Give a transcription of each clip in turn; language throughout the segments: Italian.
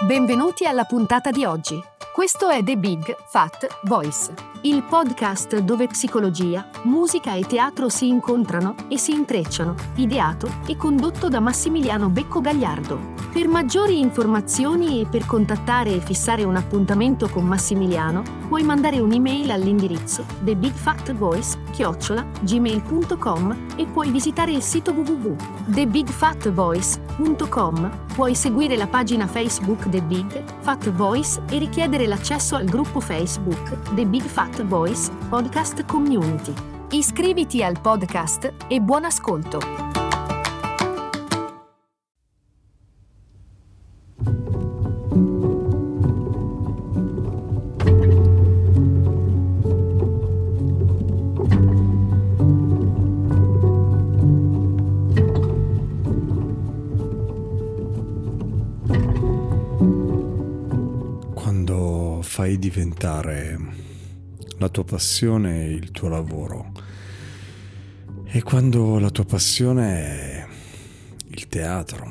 Benvenuti alla puntata di oggi. Questo è The Big Fat Voice, il podcast dove psicologia, musica e teatro si incontrano e si intrecciano, ideato e condotto da Massimiliano Becco Gagliardo. Per maggiori informazioni e per contattare e fissare un appuntamento con Massimiliano, puoi mandare un'email all'indirizzo thebigfatvoice@gmail.com e puoi visitare il sito www.thebigfatvoice.com. Puoi seguire la pagina Facebook The Big Fat Voice e richiedere l'accesso al gruppo Facebook The Big Fat Voice Podcast Community. Iscriviti al podcast e buon ascolto! Fai diventare la tua passione il tuo lavoro, e quando la tua passione è il teatro,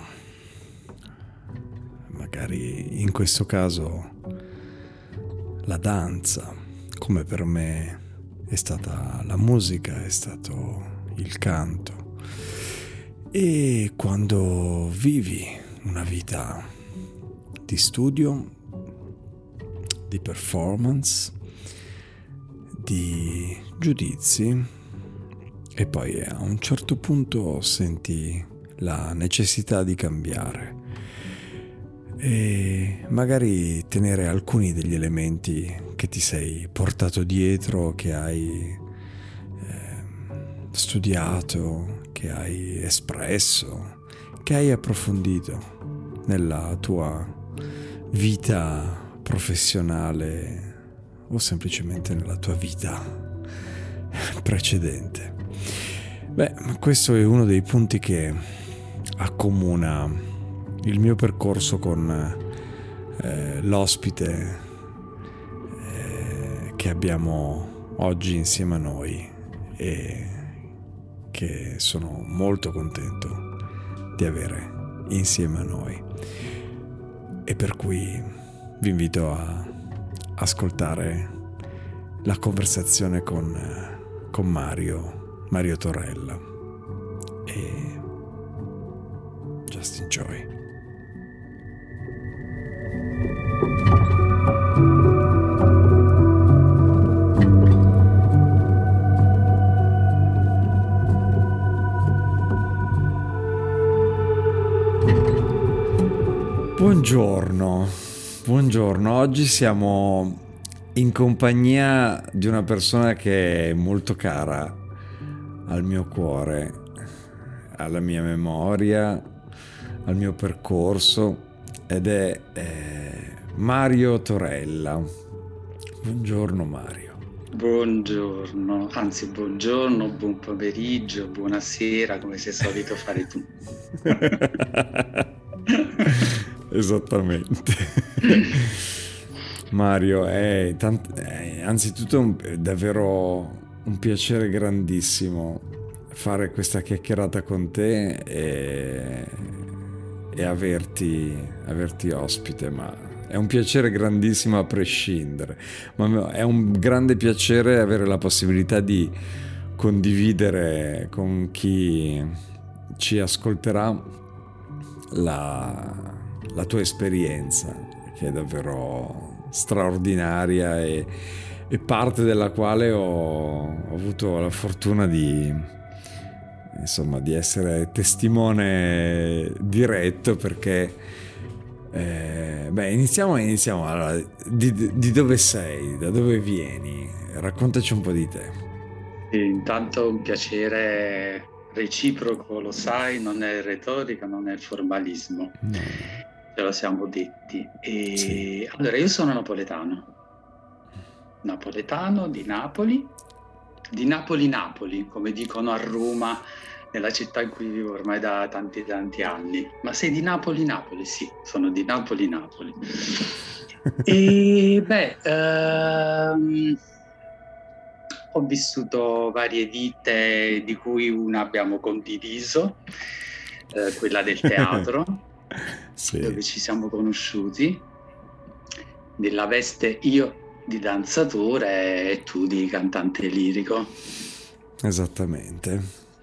magari in questo caso la danza, come per me è stata la musica, è stato il canto, e quando vivi una vita di studio, di performance, di giudizi, e poi a un certo punto senti la necessità di cambiare e magari tenere alcuni degli elementi che ti sei portato dietro, che hai studiato, che hai espresso, che hai approfondito nella tua vita professionale o semplicemente nella tua vita precedente. Questo è uno dei punti che accomuna il mio percorso con l'ospite che abbiamo oggi insieme a noi e che sono molto contento di avere insieme a noi, e per cui vi invito a ascoltare la conversazione con Mario Torella, e just enjoy. Buongiorno, oggi siamo in compagnia di una persona che è molto cara al mio cuore, alla mia memoria, al mio percorso, ed è Mario Torella. Buongiorno Mario. Buongiorno, anzi buongiorno, buon pomeriggio, buonasera, come sei solito fare tu. Esattamente. Mario, è anzitutto davvero un piacere grandissimo fare questa chiacchierata con te e averti ospite, ma è un piacere grandissimo a prescindere, ma è un grande piacere avere la possibilità di condividere con chi ci ascolterà la tua esperienza, che è davvero straordinaria e parte della quale ho avuto la fortuna di essere testimone diretto, perché iniziamo. Allora, di dove sei, da dove vieni? Raccontaci un po' di te. Intanto un piacere reciproco, lo sai, non è retorica, non è formalismo. No. Ce lo siamo detti. Sì. Allora, io sono napoletano di Napoli, come dicono a Roma, nella città in cui vivo ormai da tanti anni. Ma sei di Napoli? Sì, sono di Napoli. E ho vissuto varie vite, di cui una abbiamo condiviso, quella del teatro. Sì, dove ci siamo conosciuti, nella veste io di danzatore e tu di cantante lirico. esattamente.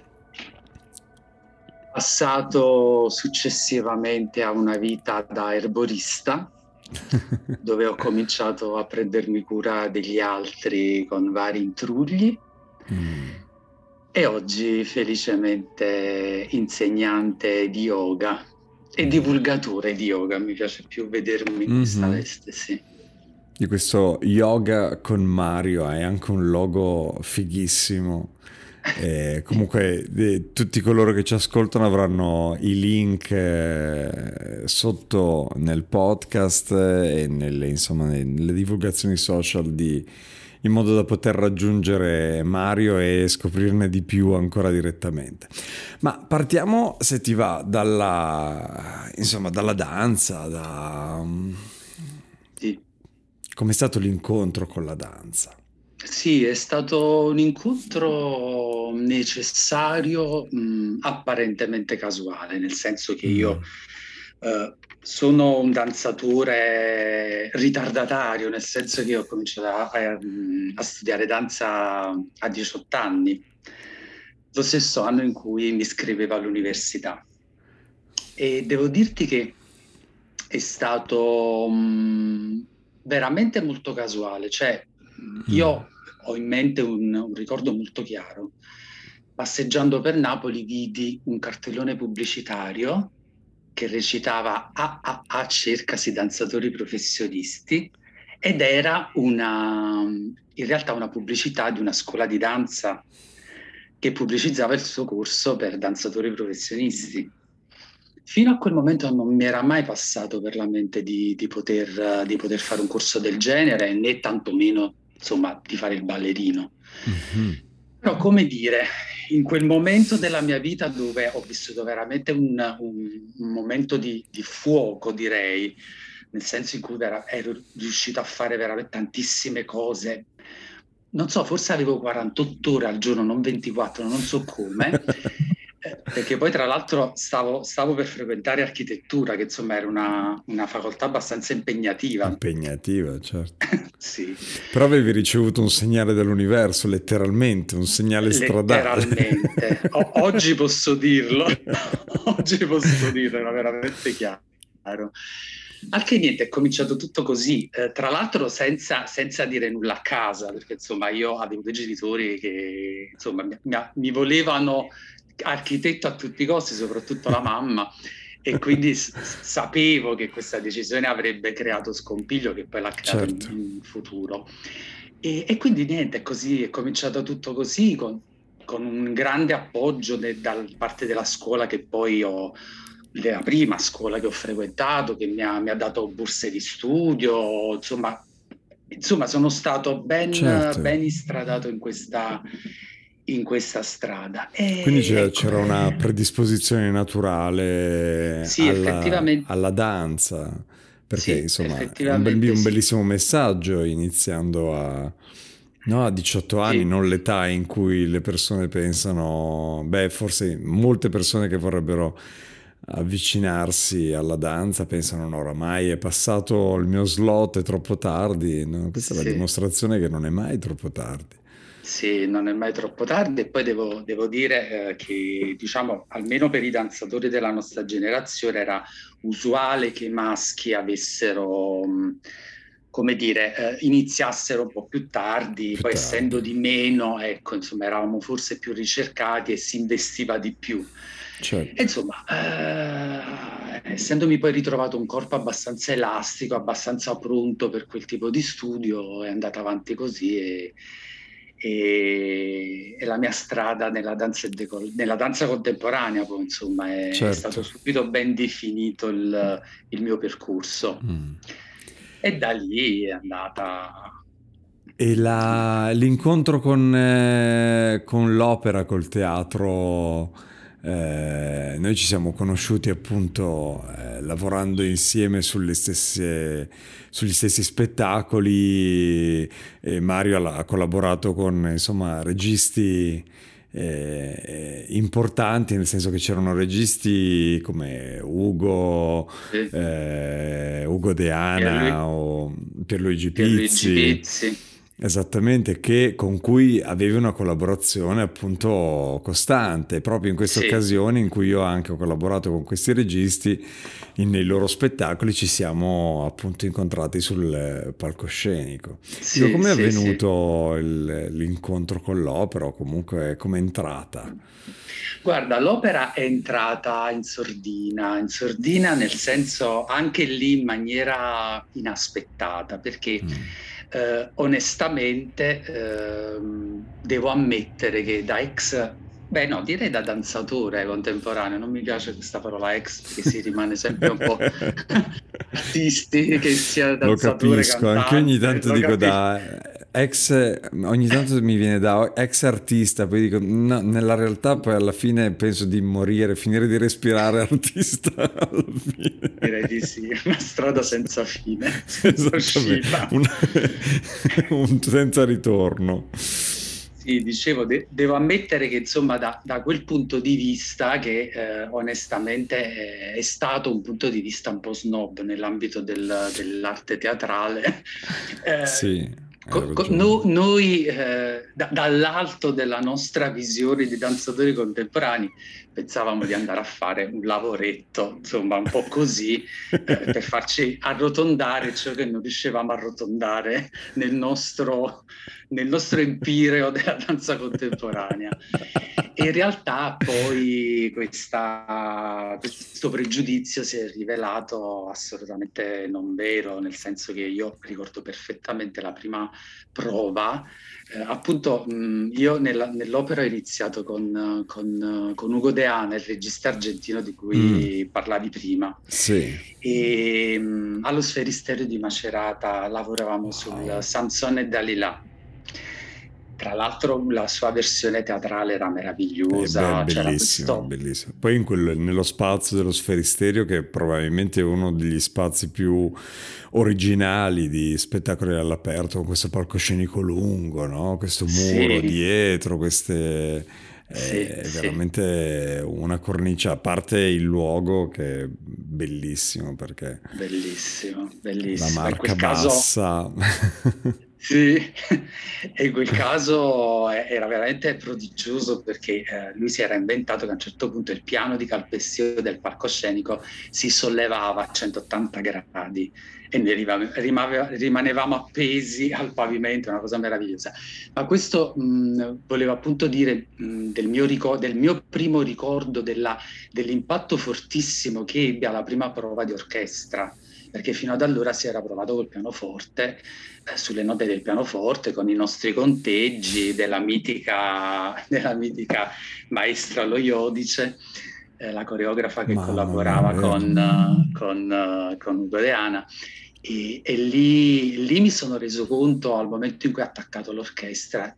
Passato successivamente a una vita da erborista, dove ho cominciato a prendermi cura degli altri con vari intrugli. E oggi felicemente insegnante di yoga e divulgatore di yoga. Mi piace più vedermi in questa veste, sì. Di questo yoga con Mario hai anche un logo fighissimo. Comunque tutti coloro che ci ascoltano avranno i link sotto nel podcast e nelle divulgazioni social in modo da poter raggiungere Mario e scoprirne di più ancora direttamente. Ma partiamo, se ti va, dalla danza, Sì. com'è stato l'incontro con la danza? Sì, è stato un incontro necessario, apparentemente casuale, nel senso che io sono un danzatore ritardatario, nel senso che io ho cominciato a studiare danza a 18 anni, lo stesso anno in cui mi iscrivevo all'università. E devo dirti che è stato veramente molto casuale, cioè io ho in mente un ricordo molto chiaro. Passeggiando per Napoli vidi un cartellone pubblicitario che recitava AAA cercasi danzatori professionisti ed era in realtà una pubblicità di una scuola di danza che pubblicizzava il suo corso per danzatori professionisti. Fino a quel momento non mi era mai passato per la mente di poter fare un corso del genere, né tantomeno, insomma, di fare il ballerino. Però, come dire, in quel momento della mia vita dove ho vissuto veramente un momento di fuoco, direi, nel senso in cui ero riuscito a fare veramente tantissime cose. Non so, forse avevo 48 ore al giorno, non 24, non so come. Perché poi tra l'altro stavo per frequentare architettura, che insomma era una facoltà abbastanza impegnativa. Impegnativa, certo. Sì. Però avevi ricevuto un segnale dall'universo, letteralmente, un segnale stradale. Letteralmente. Oggi posso dirlo. Oggi posso dirlo, era veramente chiaro. Anche niente, è cominciato tutto così, tra l'altro senza dire nulla a casa, perché insomma io avevo dei genitori che insomma mi volevano architetto a tutti i costi, soprattutto la mamma, e quindi sapevo che questa decisione avrebbe creato scompiglio, che poi l'ha creato Certo. in futuro. E quindi niente, così è cominciato tutto così, con un grande appoggio da parte della scuola che poi la prima scuola che ho frequentato, che mi ha dato borse di studio, insomma sono stato ben istradato in questa strada. Quindi c'era una predisposizione naturale sì, effettivamente, alla danza, perché sì, insomma è un effettivamente sì. bellissimo messaggio iniziando a 18 anni, Sì. non l'età in cui le persone pensano, forse molte persone che vorrebbero avvicinarsi alla danza pensano no, oramai è passato il mio slot, è troppo tardi. No? Questa è la dimostrazione che non è mai troppo tardi. Sì, non è mai troppo tardi, e poi devo dire che, diciamo, almeno per i danzatori della nostra generazione era usuale che i maschi avessero, come dire, iniziassero un po' più tardi, poi essendo di meno, ecco, insomma, eravamo forse più ricercati e si investiva di più. Certo. E insomma, essendomi poi ritrovato un corpo abbastanza elastico, abbastanza pronto per quel tipo di studio, è andata avanti così e la mia strada nella danza contemporanea poi insomma è stato subito ben definito il mio percorso e da lì è andata. E l'incontro con l'opera, col teatro, noi ci siamo conosciuti appunto lavorando insieme sugli stessi spettacoli, e Mario ha collaborato con insomma registi importanti, nel senso che c'erano registi come Ugo sì. Deana o Pierluigi Pierluigi Pizzi. Pizzi. Esattamente, con cui avevi una collaborazione appunto costante, proprio in queste Sì, occasioni in cui io anche ho collaborato con questi registi, nei loro spettacoli ci siamo appunto incontrati sul palcoscenico. Dico, sì, com'è sì, sì. avvenuto l'incontro con l'opera, o comunque com'è entrata? Guarda, l'opera è entrata in sordina nel senso anche lì in maniera inaspettata, perché Mm. onestamente devo ammettere che da ex, beh no, direi da danzatore contemporaneo, non mi piace questa parola ex perché si rimane sempre un po' artisti, che sia Lo danzatore, capisco, anche io ogni cantante, tanto lo dico capisco. ogni tanto mi viene da ex artista, poi dico no, nella realtà poi alla fine penso di morire, finire di respirare artista alla fine. Direi di sì, una strada senza fine, senza Esattamente, uscita. un senza ritorno. Sì, dicevo, devo ammettere che insomma da quel punto di vista, che onestamente è stato un punto di vista un po' snob nell'ambito dell'arte teatrale, eh, Sì, hai ragione. noi dall'alto della nostra visione di danzatori contemporanei pensavamo di andare a fare un lavoretto, insomma un po' così, per farci arrotondare ciò che non riuscivamo a arrotondare nel nostro empireo della danza contemporanea. E in realtà poi questo pregiudizio si è rivelato assolutamente non vero, nel senso che io ricordo perfettamente la prima prova. Appunto, io nell'opera ho iniziato con Ugo Deana, il regista argentino di Mm, cui parlavi prima, sì, e allo Sferisterio di Macerata lavoravamo sul wow. Sansone e Dalila. Tra l'altro la sua versione teatrale era Beh, meravigliosa, c'era bellissimo, questo... bellissimo. Poi nello spazio dello Sferisterio, che probabilmente è uno degli spazi più originali di spettacoli all'aperto, con questo palcoscenico lungo, no? Questo muro Sì, dietro, queste... sì, È sì, veramente una cornice, a parte il luogo che è bellissimo perché bellissimo, la bellissimo. In quel marca caso... bassa. Sì, e in quel caso era veramente prodigioso perché lui si era inventato che a un certo punto il piano di calpestio del palcoscenico si sollevava a 180 gradi e noi rimanevamo appesi al pavimento, una cosa meravigliosa. Ma questo volevo appunto dire del mio primo ricordo dell'impatto fortissimo che ebbe alla prima prova di orchestra, perché fino ad allora si era provato col pianoforte, sulle note del pianoforte, con i nostri conteggi della mitica maestra Lo Iodice, la coreografa che Mamma mia, collaborava vero. con Ugo Deana. E lì mi sono reso conto, al momento in cui ho attaccato l'orchestra,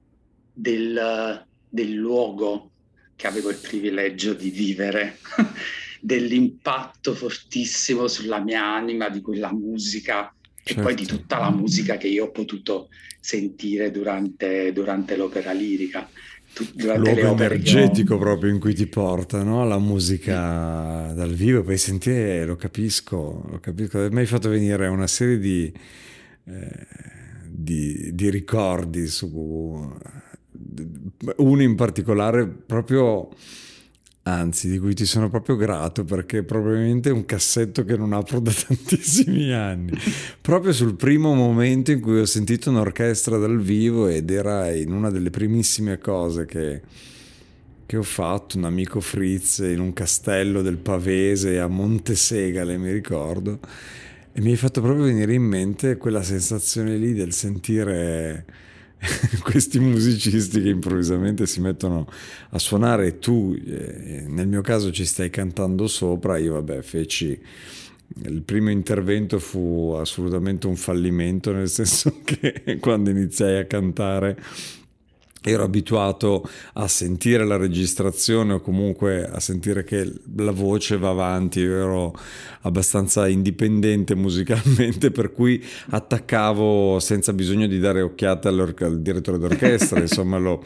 del luogo che avevo il privilegio di vivere, dell'impatto fortissimo sulla mia anima di quella musica e poi di Certo. tutta la musica che io ho potuto sentire durante l'opera lirica, durante le Luogo opere che ho. energetico proprio in cui ti porta, no? La musica dal vivo, poi sentire, lo capisco, mi hai fatto venire una serie eh, di ricordi su uno in particolare proprio, anzi, di cui ti sono proprio grato perché probabilmente è un cassetto che non apro da tantissimi anni. Proprio sul primo momento in cui ho sentito un'orchestra dal vivo ed era in una delle primissime cose che ho fatto, un amico Fritz in un castello del Pavese a Montesegale, mi ricordo, e mi hai fatto proprio venire in mente quella sensazione lì del sentire questi musicisti che improvvisamente si mettono a suonare e tu, nel mio caso, ci stai cantando sopra. Io, vabbè, feci il primo intervento fu assolutamente un fallimento, nel senso che quando iniziai a cantare ero abituato a sentire la registrazione o comunque a sentire che la voce va avanti, io ero abbastanza indipendente musicalmente, per cui attaccavo senza bisogno di dare occhiate al direttore d'orchestra, insomma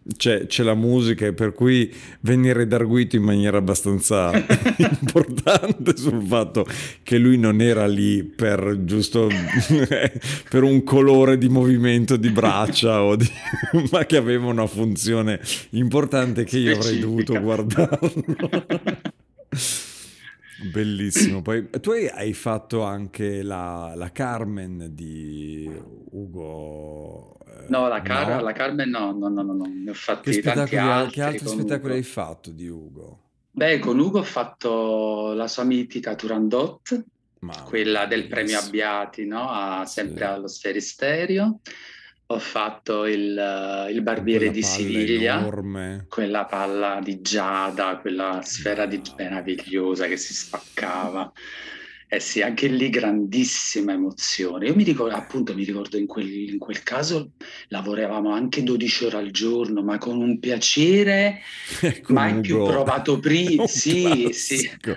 c'è la musica, e per cui venire redarguito in maniera abbastanza importante sul fatto che lui non era lì per giusto per un colore di movimento di braccia ma che aveva una funzione importante che io avrei dovuto specifica. guardarlo. Bellissimo. Poi tu hai fatto anche la Carmen di Ugo, No, no? la Carmen no, no, no, no, no, ne ho Che fatti tanti spettacoli, che altri altri con spettacoli hai Ugo. fatto di Ugo? Beh, con Ugo ho fatto la sua mitica Turandot, Mamma quella mia, del premio bellissimo. Abbiati, no? Sempre Sì. allo Sferisterio. Ho fatto il Con Barbiere quella di palla Siviglia, enorme. quella palla di giada, quella sfera di Mamma mia. meravigliosa che si spaccava. Eh sì, anche lì grandissima emozione. Io mi ricordo, appunto, mi ricordo in quel caso lavoravamo anche 12 ore al giorno, ma con un piacere Con mai più Ugo provato è prima. un Sì, sì, classico.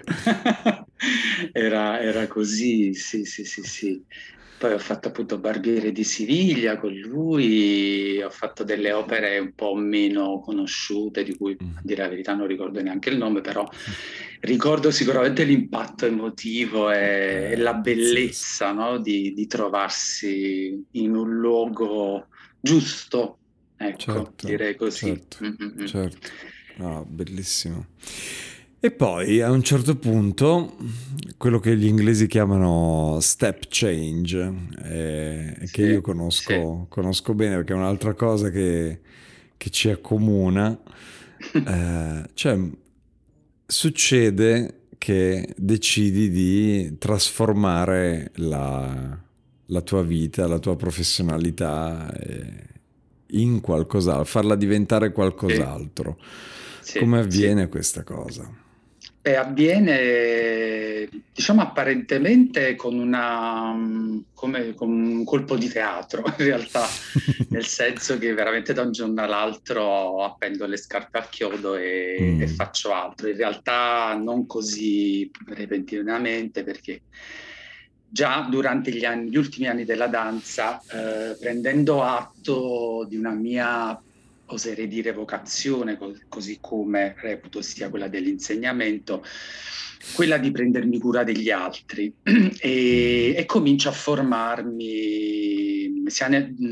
era così, sì, sì, sì, sì. Poi ho fatto appunto Barbiere di Siviglia con lui, ho fatto delle opere un po' meno conosciute, di cui a dire la verità non ricordo neanche il nome, però ricordo sicuramente l'impatto emotivo e la Pazzesco. bellezza, no, di trovarsi in un luogo giusto, ecco, Certo, direi così. certo, Mm, mm, mm. certo. Ah, bellissimo. E poi a un certo punto, quello che gli inglesi chiamano step change, che io Sì, sì. conosco bene perché è un'altra cosa che ci accomuna, cioè succede che decidi di trasformare la tua vita, la tua professionalità in qualcos'altro, farla diventare Sì, qualcos'altro. sì, Come sì. avviene questa cosa? E avviene, diciamo, apparentemente come con un colpo di teatro, in realtà, nel senso che veramente da un giorno all'altro appendo le scarpe a chiodo e Mm, faccio altro. In realtà non così repentinamente, perché già durante gli ultimi anni della danza, prendendo atto di una mia, oserei dire, vocazione, così come reputo sia quella dell'insegnamento, quella di prendermi cura degli altri mm, e comincio a formarmi sia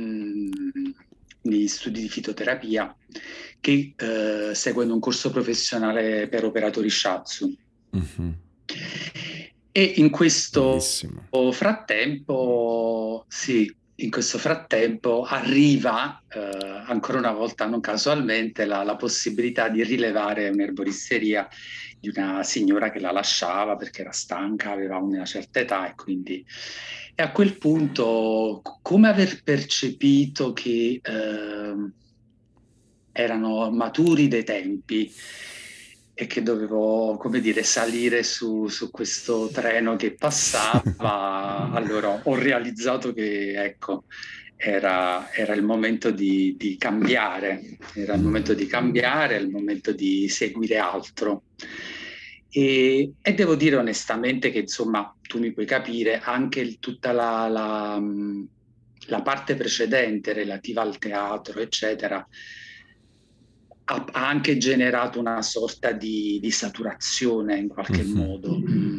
negli studi di fitoterapia che seguendo un corso professionale per operatori shiatsu. mhm. E in questo Bellissimo. frattempo, sì, in questo frattempo arriva ancora una volta, non casualmente, la possibilità di rilevare un'erboristeria di una signora che la lasciava perché era stanca, aveva una certa età e quindi... E a quel punto, come aver percepito che erano maturi dei tempi e che dovevo, come dire, salire su questo treno che passava, allora ho realizzato che, ecco, era il momento di cambiare, era il momento Mm, di cambiare, il momento di seguire altro. E devo dire onestamente che, insomma, tu mi puoi capire anche tutta la parte precedente relativa al teatro, eccetera, ha anche generato una sorta di saturazione in qualche mhm. modo,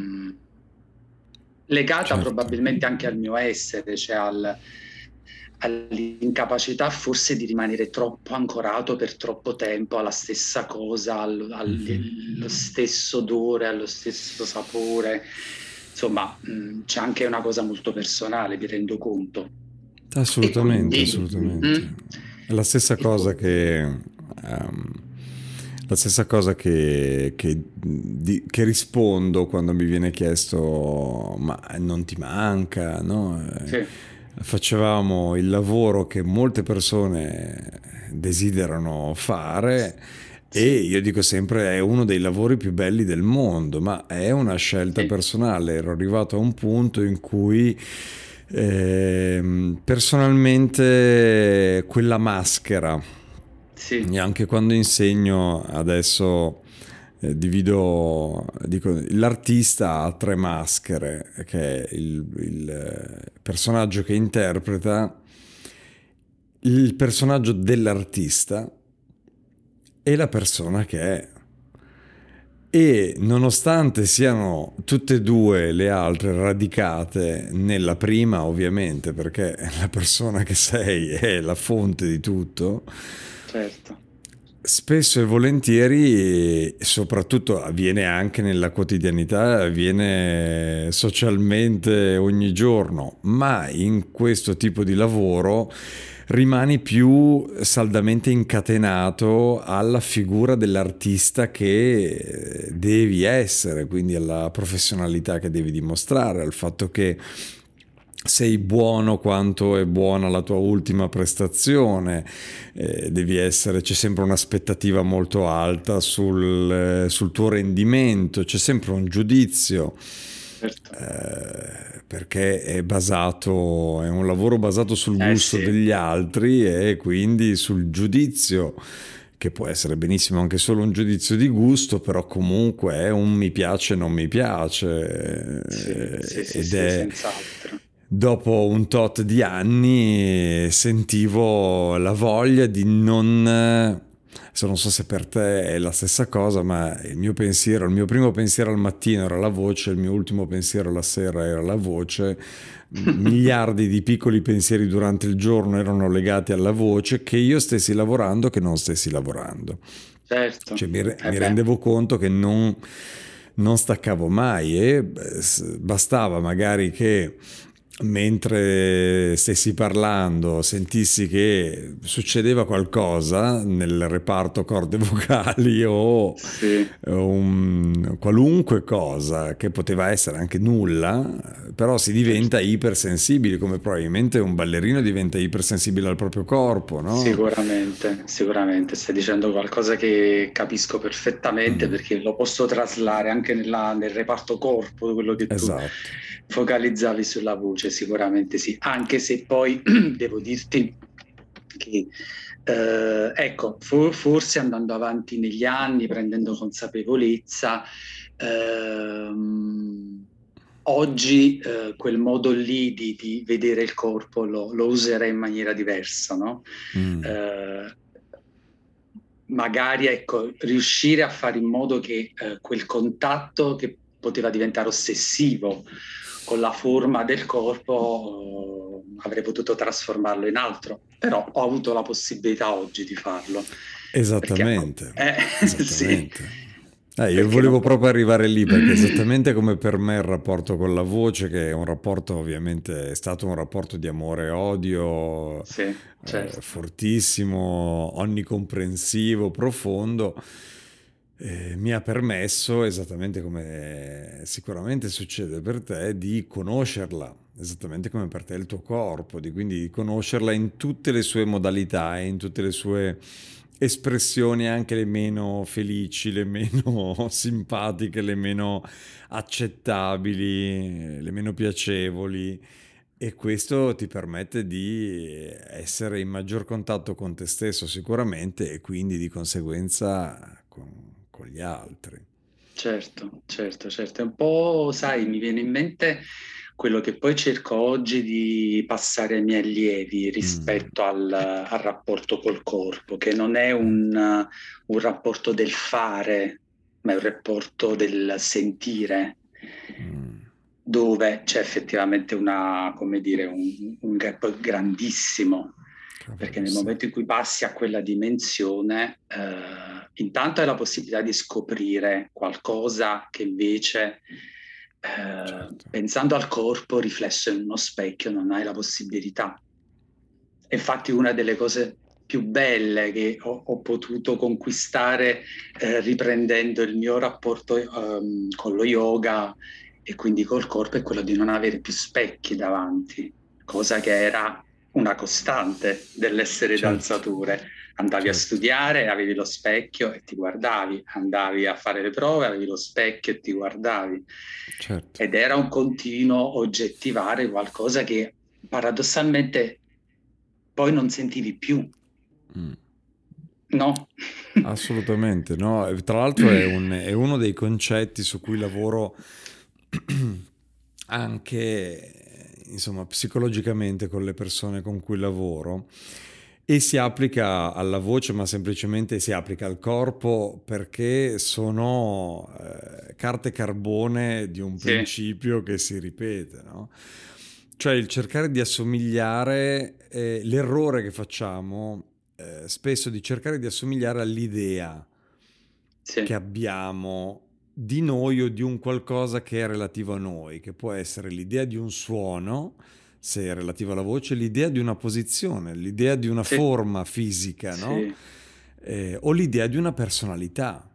legata Certo. probabilmente anche al mio essere, cioè all'incapacità forse di rimanere troppo ancorato per troppo tempo alla stessa cosa, Mhm. allo stesso odore, allo stesso sapore. Insomma, c'è anche una cosa molto personale, mi rendo conto. E Assolutamente, quindi, assolutamente. È la stessa e cosa qui- la stessa cosa che rispondo quando mi viene chiesto, ma non ti manca, no? sì, Facevamo il lavoro che molte persone desiderano fare e sì, io dico sempre è uno dei lavori più belli del mondo, ma è una scelta sì, personale. Ero arrivato a un punto in cui personalmente quella maschera, sì, e anche quando insegno adesso dico, l'artista ha tre maschere, che è il personaggio che interpreta, il personaggio dell'artista e la persona che è. E nonostante siano tutte e due le altre radicate nella prima, ovviamente, perché la persona che sei è la fonte di tutto, Certo. spesso e volentieri, soprattutto avviene anche nella quotidianità, avviene socialmente ogni giorno, ma in questo tipo di lavoro rimani più saldamente incatenato alla figura dell'artista che devi essere, quindi alla professionalità che devi dimostrare, al fatto che sei buono quanto è buona la tua ultima prestazione, devi essere, c'è sempre un'aspettativa molto alta sul tuo rendimento, c'è sempre un giudizio, Certo. perché è un lavoro basato sul gusto Sì, degli altri e quindi sul giudizio, che può essere benissimo anche solo un giudizio di gusto, però comunque è un mi piace, non mi piace, sì, sì, sì, ed sì, è senz'altro. dopo un tot di anni sentivo la voglia di non... Adesso non so se per te è la stessa cosa, ma il mio primo pensiero al mattino era la voce, il mio ultimo pensiero alla sera era la voce, miliardi di piccoli pensieri durante il giorno erano legati alla voce, che io stessi lavorando, che non stessi lavorando. Certo. Cioè mi Beh, rendevo conto che non staccavo mai e bastava magari che mentre stessi parlando sentissi che succedeva qualcosa nel reparto corde vocali o sì. qualunque cosa che poteva essere anche nulla, però si diventa Certo. ipersensibili, come probabilmente un ballerino diventa ipersensibile al proprio corpo, no? Sicuramente, sicuramente, stai dicendo qualcosa che capisco perfettamente Mm, perché lo posso traslare anche nel reparto corpo, quello che tu esatto. focalizzavi sulla voce, sicuramente sì, anche se poi devo dirti che, ecco, forse andando avanti negli anni, prendendo consapevolezza, ehm, oggi quel modo lì di vedere il corpo lo userei in maniera diversa, no? Mm, Eh, magari ecco, riuscire a fare in modo che quel contatto che poteva diventare ossessivo con la forma del corpo, avrei potuto trasformarlo in altro, però ho avuto la possibilità oggi di farlo. Perché, esattamente, sì, esattamente. Io perché non volevo può... proprio arrivare lì perché esattamente come per me il rapporto con la voce, che è un rapporto ovviamente, è stato un rapporto di amore e odio Sì, certo, fortissimo, onnicomprensivo, profondo, mi ha permesso, esattamente come sicuramente succede per te, di conoscerla, esattamente come per te il tuo corpo, quindi di conoscerla in tutte le sue modalità e in tutte le sue espressioni, anche le meno felici, le meno simpatiche, le meno accettabili, le meno piacevoli. E questo ti permette di essere in maggior contatto con te stesso sicuramente e quindi di conseguenza con gli altri. certo, certo, certo. È un po', sai, mi viene in mente quello che poi cerco oggi di passare ai miei allievi Mm, rispetto al rapporto col corpo, che non è mm, un rapporto del fare, ma è un rapporto del sentire, mm. dove c'è effettivamente come dire, un gap grandissimo, perché Cavolo, nel sì. momento in cui passi a quella dimensione, intanto hai la possibilità di scoprire qualcosa che invece, Certo. pensando al corpo riflesso in uno specchio, non hai la possibilità. Infatti, una delle cose più belle che ho potuto conquistare riprendendo il mio rapporto con lo yoga e quindi col corpo è quello di non avere più specchi davanti, cosa che era una costante dell'essere Certo, danzatore. Andavi a certo, studiare, avevi lo specchio e ti guardavi, andavi a fare le prove, avevi lo specchio e ti guardavi. certo. Ed era un continuo oggettivare qualcosa che paradossalmente poi non sentivi più, Mm. no? Assolutamente, no? E tra l'altro è uno dei concetti su cui lavoro anche, insomma, psicologicamente con le persone con cui lavoro E si applica alla voce, ma semplicemente si applica al corpo perché sono carte carbone di un Sì, principio che si ripete, no? Cioè il cercare di assomigliare, l'errore che facciamo spesso di cercare di assomigliare all'idea sì, che abbiamo di noi o di un qualcosa che è relativo a noi, che può essere l'idea di un suono, se è relativo alla voce, l'idea di una posizione, l'idea di una sì, forma fisica, no? sì, O l'idea di una personalità,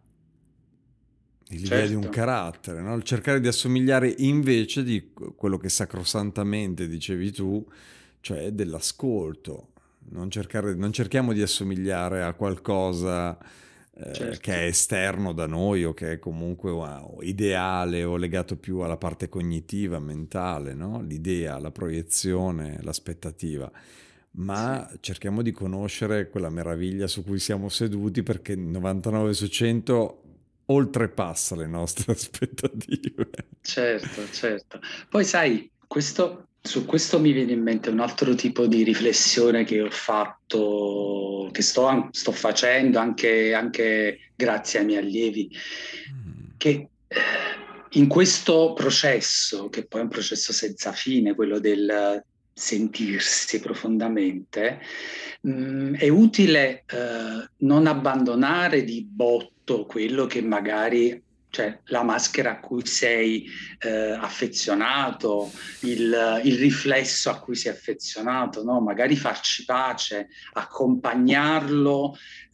l'idea di un certo. carattere, no? Il cercare di assomigliare invece di quello che sacrosantamente dicevi tu, cioè dell'ascolto. Non cerchiamo di assomigliare a qualcosa che è Certo, esterno da noi o che è comunque ideale o legato più alla parte cognitiva, mentale, no? L'idea, la proiezione, l'aspettativa. sì. Ma cerchiamo di conoscere quella meraviglia su cui siamo seduti perché 99 su 100 oltrepassa le nostre aspettative. Certo, certo. Poi sai, su questo mi viene in mente un altro tipo di riflessione che ho fatto, che sto facendo anche grazie ai miei allievi, Mm, che in questo processo, che poi è un processo senza fine, quello del sentirsi profondamente, è utile non abbandonare di botto quello che magari, cioè la maschera a cui sei affezionato, il riflesso a cui sei affezionato, no? Magari farci pace, accompagnarlo,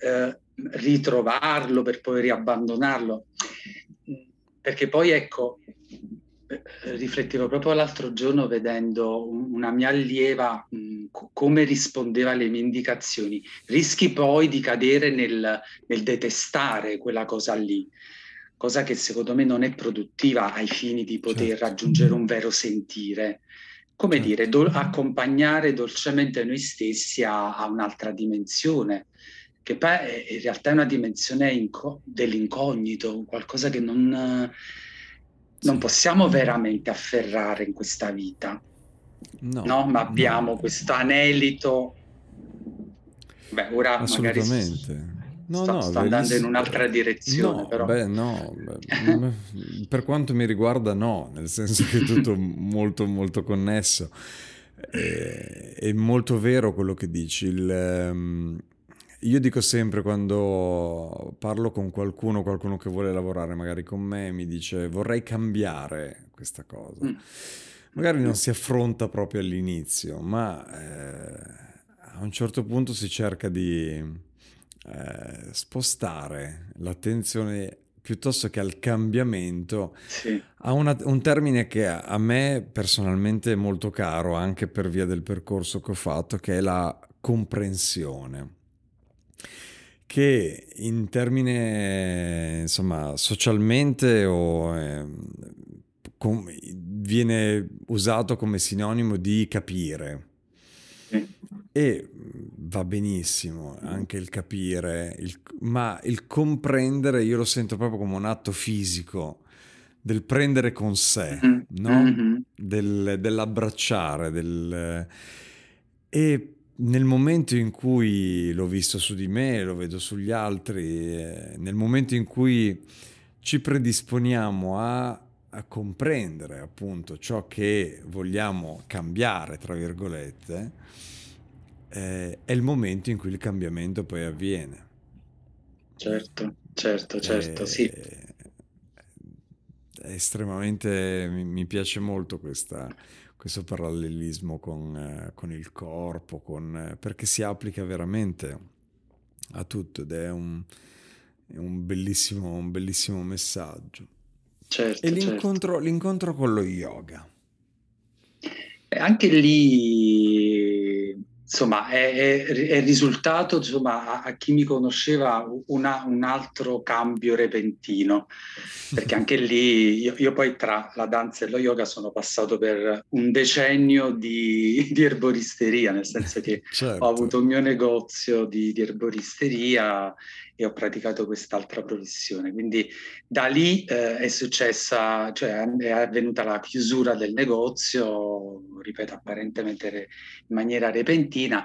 ritrovarlo per poi riabbandonarlo. Perché poi ecco, riflettevo proprio l'altro giorno vedendo una mia allieva come rispondeva alle mie indicazioni. Rischi poi di cadere nel detestare quella cosa lì, cosa che secondo me non è produttiva ai fini di poter certo, raggiungere un vero sentire. Come dire, certo. accompagnare dolcemente noi stessi a un'altra dimensione, che poi in realtà è una dimensione dell'incognito, qualcosa che non Sì. possiamo veramente afferrare in questa vita, No, no? Ma no, abbiamo questo anelito. Beh, ora magari assolutamente. No, no, sto andando in un'altra direzione, no, però. beh, no, per quanto mi riguarda no, nel senso che è tutto molto molto connesso. È molto vero quello che dici. Io dico sempre quando parlo con qualcuno che vuole lavorare magari con me, mi dice vorrei cambiare questa cosa. Mm, Magari non mm, si affronta proprio all'inizio, ma a un certo punto si cerca di spostare l'attenzione piuttosto che al cambiamento sì. a un termine che a me personalmente è molto caro anche per via del percorso che ho fatto, che è la comprensione, che in termine insomma socialmente viene usato come sinonimo di capire. Sì. E va benissimo anche il capire, ma il comprendere io lo sento proprio come un atto fisico del prendere con sé, Mhm, no? mhm. Dell'abbracciare, e nel momento in cui l'ho visto su di me, lo vedo sugli altri, nel momento in cui ci predisponiamo a comprendere appunto ciò che vogliamo cambiare, tra virgolette, è il momento in cui il cambiamento poi avviene. Certo, certo, certo, sì. È, è estremamente, mi piace molto questo parallelismo con il corpo, perché si applica veramente a tutto ed è un bellissimo messaggio. E Certo, certo. l'incontro con lo yoga. E anche lì, insomma, è risultato, insomma, a chi mi conosceva un altro cambio repentino, perché anche lì io poi tra la danza e lo yoga sono passato per un decennio di erboristeria, nel senso che ho Certo. avuto un mio negozio di erboristeria e ho praticato quest'altra professione. Quindi da lì è successa, cioè è avvenuta la chiusura del negozio, ripeto, apparentemente in maniera repentina.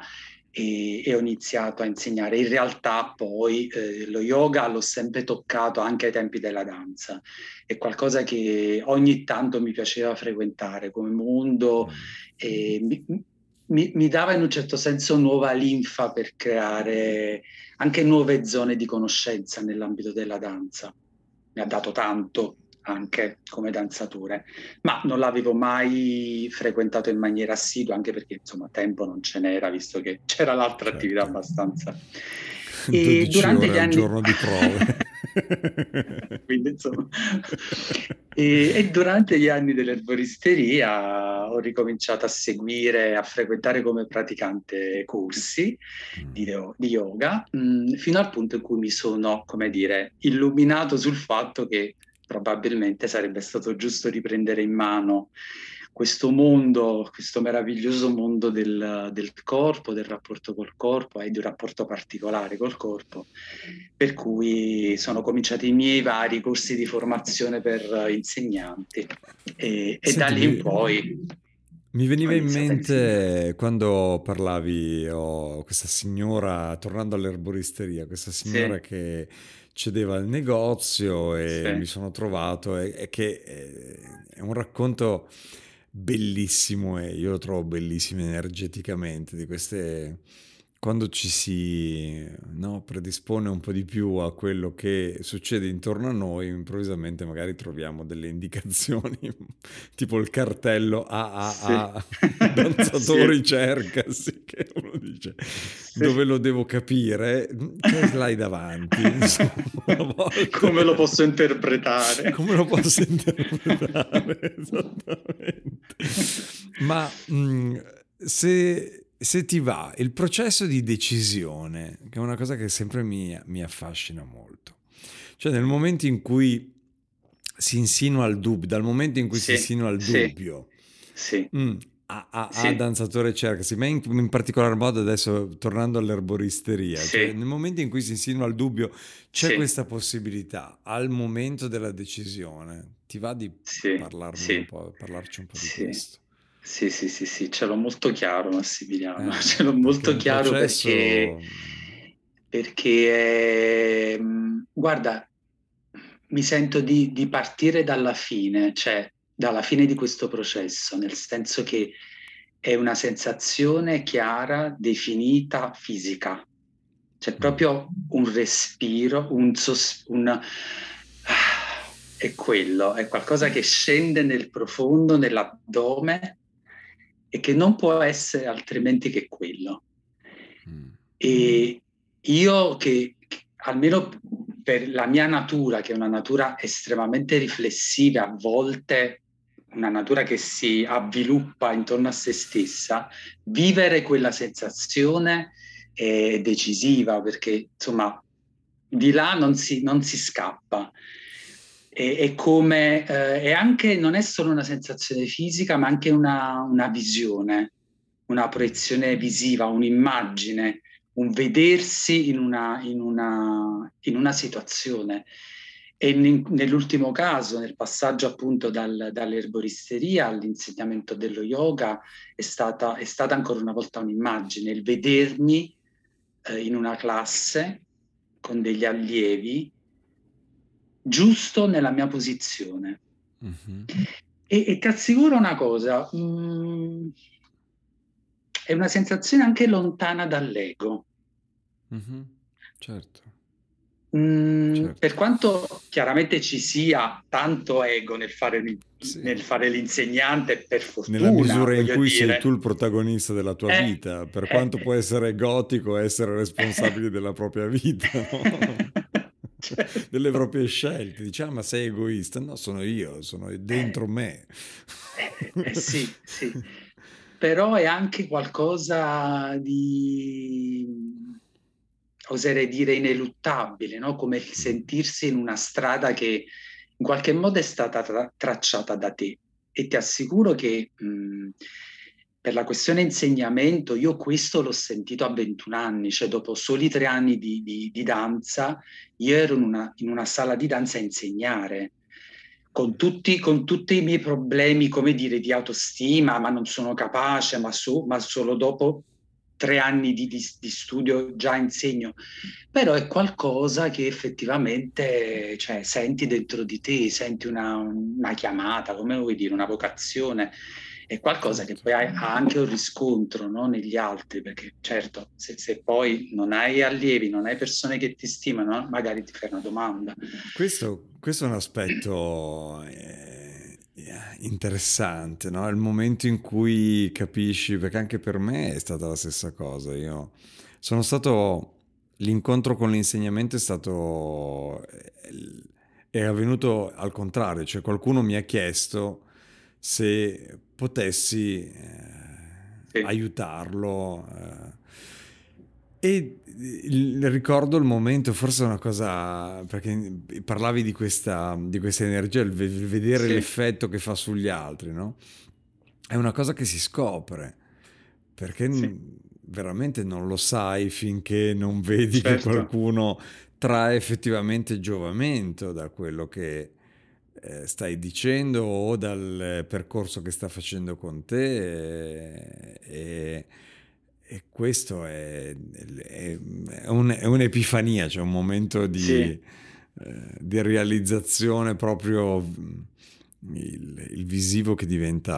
e ho iniziato a insegnare. In realtà poi lo yoga l'ho sempre toccato anche ai tempi della danza, è qualcosa che ogni tanto mi piaceva frequentare come mondo e mi dava in un certo senso nuova linfa per creare anche nuove zone di conoscenza nell'ambito della danza. Mi ha dato tanto anche come danzatore, ma non l'avevo mai frequentato in maniera assidua, anche perché insomma tempo non ce n'era, visto che c'era l'altra attività Certo. abbastanza. E 12 durante ore gli al anni, giorno di prove. quindi insomma, e durante gli anni dell'erboristeria ho ricominciato a seguire, a frequentare come praticante corsi di yoga, fino al punto in cui mi sono, come dire, illuminato sul fatto che probabilmente sarebbe stato giusto riprendere in mano questo mondo, questo meraviglioso mondo del corpo, del rapporto col corpo e di un rapporto particolare col corpo. Per cui sono cominciati i miei vari corsi di formazione per insegnanti e da Senti, lì in poi mi ho veniva in iniziato a insegnare. mente quando parlavi, questa signora, tornando all'erboristeria, questa signora Sì, che cedeva il negozio e mi sì. sono trovato e che è un racconto bellissimo e io lo trovo bellissimo energeticamente di queste quando ci si no, predispone un po' di più a quello che succede intorno a noi, improvvisamente magari troviamo delle indicazioni, tipo il cartello Sì, AAA, danzatori sì, cercasi, che uno dice sì. dove lo devo capire, che slide davanti, insomma, a volte Come lo posso interpretare? come lo posso interpretare? Esattamente. Ma se ti va, il processo di decisione, che è una cosa che sempre mi affascina molto, cioè nel momento in cui si insinua il dubbio, dal momento in cui si Sì, insinua il sì, dubbio, sì, mm, a sì, danzatore cercasi, ma in particolar modo adesso tornando all'erboristeria, cioè sì, nel momento in cui si insinua il dubbio c'è sì, questa possibilità al momento della decisione, ti va di sì, parlarmene un sì, po', parlarci un po' di sì. questo? Sì, sì, sì, sì, ce l'ho molto chiaro, Massimiliano, ce l'ho Perché è molto un chiaro perché, processo. guarda, mi sento di partire dalla fine, cioè dalla fine di questo processo, nel senso che è una sensazione chiara, definita, fisica. C'è Mm, proprio un respiro, è quello, è qualcosa che scende nel profondo, nell'addome e che non può essere altrimenti che quello. mm, E io che almeno per la mia natura, che è una natura estremamente riflessiva, a volte una natura che si avviluppa intorno a se stessa, vivere quella sensazione è decisiva perché insomma di là non si scappa. È come, è anche, non è solo una sensazione fisica, ma anche una visione, una mm, proiezione visiva, un'immagine, un vedersi in una situazione. E nell'ultimo caso, nel passaggio appunto dall'erboristeria all'insegnamento dello yoga, è stata ancora una volta un'immagine, il vedermi in una classe con degli allievi giusto nella mia posizione. mhm, E ti assicuro una cosa, è una sensazione anche lontana dall'ego. mhm. Certo, Per certo. quanto chiaramente ci sia tanto ego Sì. nel fare l'insegnante, per Nella fortuna, misura in voglio cui sei tu dire, il protagonista della tua eh, vita, per eh, quanto può essere gotico essere responsabile della propria vita, no? Delle certo. proprie scelte. Dici, ah, ma sei egoista? No, sono io, sono Eh, dentro me. sì, sì, però è anche qualcosa di, oserei dire, ineluttabile, no? Come il sentirsi in una strada che in qualche modo è stata tracciata da te. E ti assicuro che per la questione insegnamento, io questo l'ho sentito a 21 anni, cioè dopo soli 3 anni di danza, io ero in una sala di danza a insegnare con tutti i miei problemi, come dire, di autostima, ma non sono capace, ma solo dopo 3 anni di studio già insegno, però è qualcosa che effettivamente, cioè, senti dentro di te, senti una chiamata, come vuoi dire, una vocazione, è qualcosa che Certo. poi ha anche un riscontro, no, negli altri, perché certo, se poi non hai allievi, non hai persone che ti stimano, magari ti fai una domanda. Questo è un aspetto interessante, no? Il momento in cui capisci, perché anche per me è stata la stessa cosa. Io sono stato, l'incontro con l'insegnamento è avvenuto al contrario, cioè qualcuno mi ha chiesto se potessi Sì, aiutarlo. E ricordo il momento, forse è una cosa, perché parlavi di questa energia, il vedere sì, l'effetto che fa sugli altri, no? È una cosa che si scopre, perché sì, veramente non lo sai finché non vedi che certo, qualcuno trae effettivamente giovamento da quello che stai dicendo o dal percorso che sta facendo con te e questo è un'epifania, cioè un momento sì, di realizzazione proprio il visivo che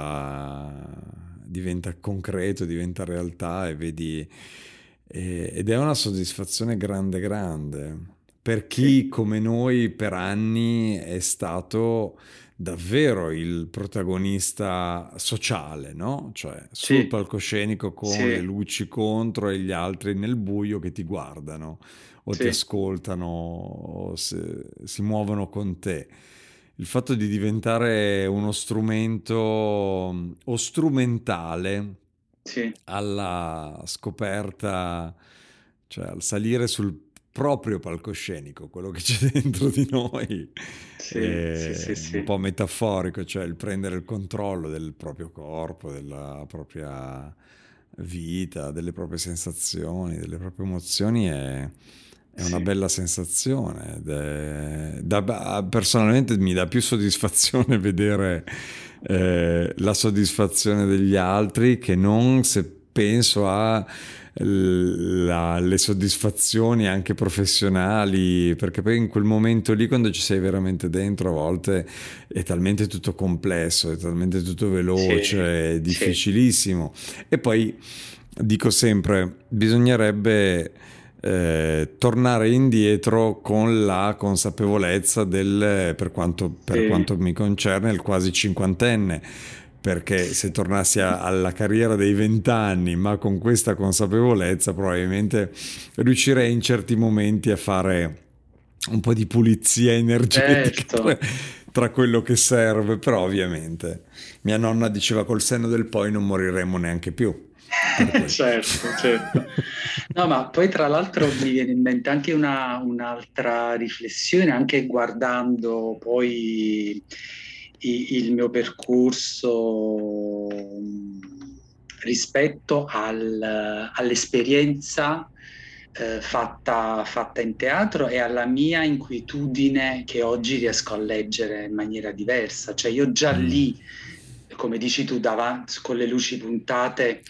diventa concreto, diventa realtà e vedi ed è una soddisfazione grande grande per sì, chi come noi per anni è stato davvero il protagonista sociale, no? Cioè sul sì, palcoscenico con le sì, luci contro e gli altri nel buio che ti guardano o ti sì, ascoltano o si muovono con te. Il fatto di diventare uno strumento o strumentale sì, alla scoperta, cioè al salire sul proprio palcoscenico, quello che c'è dentro di noi, sì, sì, sì, è un sì, po' metaforico, cioè il prendere il controllo del proprio corpo, della propria vita, delle proprie sensazioni, delle proprie emozioni è una sì, bella sensazione. Personalmente mi dà più soddisfazione vedere la soddisfazione degli altri che non se penso a le soddisfazioni anche professionali, perché poi in quel momento lì, quando ci sei veramente dentro, a volte è talmente tutto complesso, è talmente tutto sì, veloce, è sì, difficilissimo. E poi dico sempre, bisognerebbe tornare indietro con la consapevolezza per sì, quanto mi concerne, il quasi cinquantenne. Perché se tornassi alla carriera dei 20 anni, ma con questa consapevolezza, probabilmente riuscirei in certi momenti a fare un po' di pulizia energetica certo. tra quello che serve. Però ovviamente mia nonna diceva col senno del poi non moriremmo neanche più. Per cui. Certo, certo. No, ma poi tra l'altro mi viene in mente anche un'altra riflessione, anche guardando poi il mio percorso rispetto all'esperienza fatta in teatro e alla mia inquietudine che oggi riesco a leggere in maniera diversa. Cioè io già Mm. lì, come dici tu, davanti, con le luci puntate,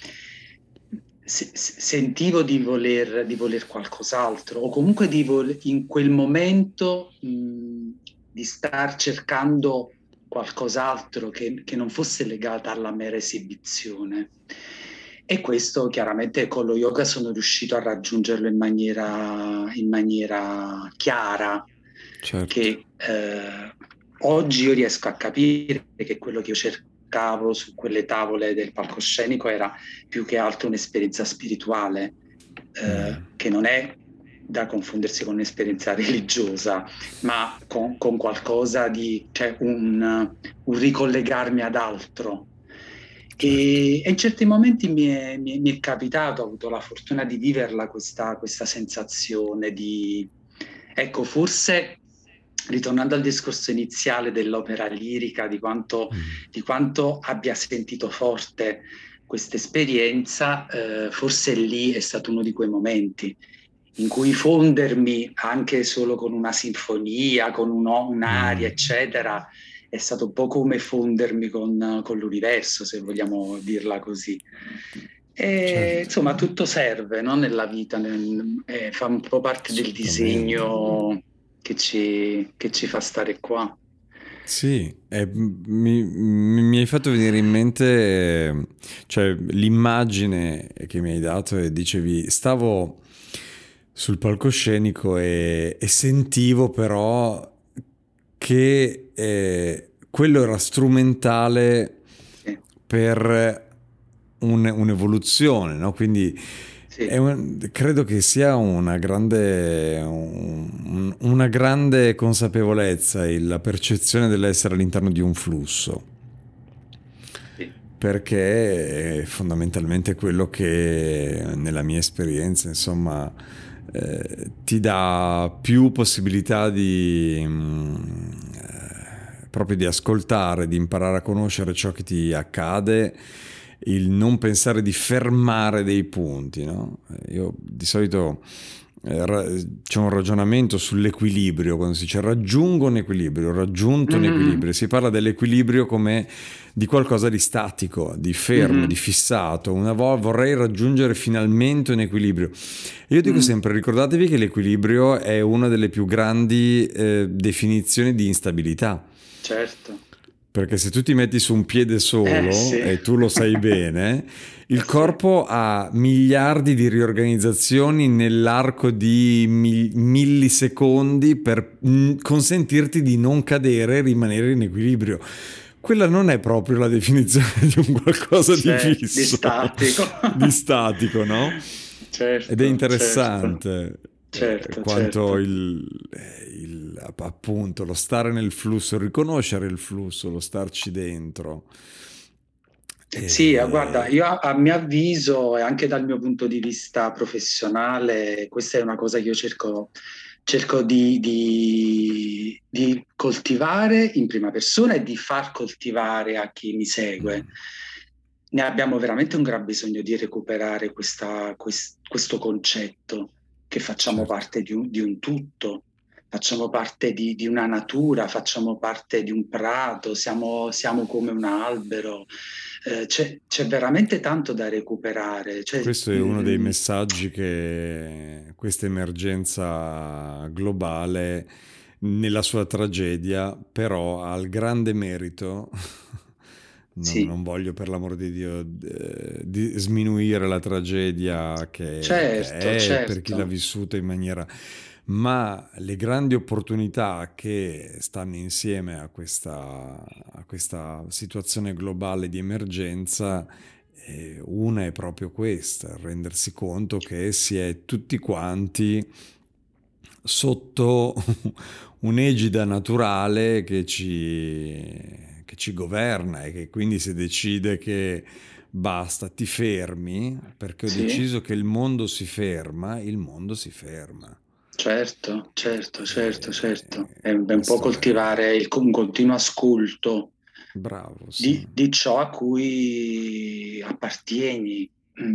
sentivo di voler qualcos'altro o comunque in quel momento di star cercando qualcos'altro che non fosse legata alla mera esibizione. E questo chiaramente con lo yoga sono riuscito a raggiungerlo in maniera chiara, Certo. che oggi io riesco a capire che quello che io cercavo su quelle tavole del palcoscenico era più che altro un'esperienza spirituale, Mm. che non è da confondersi con un'esperienza religiosa, ma con qualcosa di, cioè un ricollegarmi ad altro. Certo. E in certi momenti mi è capitato, ho avuto la fortuna di viverla questa sensazione di, ecco, forse ritornando al discorso iniziale dell'opera lirica, di quanto, Mm. di quanto abbia sentito forte questa esperienza, forse lì è stato uno di quei momenti in cui fondermi anche solo con una sinfonia, con un'aria, Mm. eccetera, è stato un po' come fondermi con l'universo, se vogliamo dirla così. E, certo. insomma, tutto serve, no, nella vita, fa un po' parte del Assolutamente. disegno che ci fa stare qua. Sì, mi hai fatto venire in mente, cioè, l'immagine che mi hai dato e dicevi, stavo sul palcoscenico e sentivo però che quello era strumentale Sì, per un'evoluzione, no? Quindi sì, credo che sia una grande consapevolezza la percezione dell'essere all'interno di un flusso, sì. perché è fondamentalmente quello che nella mia esperienza, insomma, ti dà più possibilità proprio di ascoltare, di imparare a conoscere ciò che ti accade, il non pensare di fermare dei punti, no? Io di solito c'è un ragionamento sull'equilibrio, quando si dice raggiungo un equilibrio, ho raggiunto un Mhm, equilibrio, si parla dell'equilibrio come di qualcosa di statico, di fermo, di mhm, fissato. Una volta vorrei raggiungere finalmente un equilibrio. E io dico mhm. sempre, ricordatevi che l'equilibrio è una delle più grandi definizioni di instabilità. Certo. Perché se tu ti metti su un piede solo, Sì, e tu lo sai bene, il sì. corpo ha miliardi di riorganizzazioni nell'arco di millisecondi per consentirti di non cadere e rimanere in equilibrio. Quella non è proprio la definizione di un qualcosa di Di fisso, statico. di statico, no? Ed è Certo, certo, interessante certo, quanto certo. appunto lo stare nel flusso, il riconoscere il flusso, lo starci dentro. Sì, guarda, E... io a mio avviso e anche dal mio punto di vista professionale, questa è una cosa che io cerco di coltivare in prima persona e di far coltivare a chi mi segue. Mm, Ne abbiamo veramente un gran bisogno di recuperare questo concetto che facciamo certo. parte di un tutto, facciamo parte di una natura, facciamo parte di un prato, siamo come un albero. C'è veramente tanto da recuperare. Cioè, Questo è uno dei messaggi che questa emergenza globale, nella sua tragedia, però ha il grande merito, sì, non voglio per l'amor di Dio di sminuire la tragedia certo, che è per chi l'ha certo. vissuta in maniera, ma le grandi opportunità che stanno insieme a questa situazione globale di emergenza, una è proprio questa, rendersi conto che si è tutti quanti sotto un'egida naturale che ci governa e che quindi se decide che basta, ti fermi, perché ho Sì, deciso che il mondo si ferma, il mondo si ferma. certo, certo, certo, certo. È un po' Questo è coltivare un continuo ascolto bravo, sì. di ciò a cui appartieni.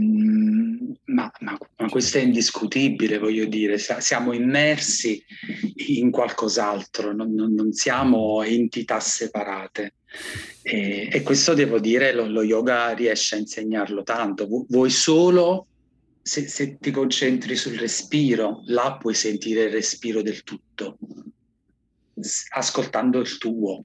Ma questo è Certo. indiscutibile, voglio dire, siamo immersi in qualcos'altro, non Mhm. siamo entità separate. E questo devo dire, lo yoga riesce a insegnarlo tanto. Vuoi solo, se ti concentri sul respiro, là puoi sentire il respiro del tutto, ascoltando il tuo.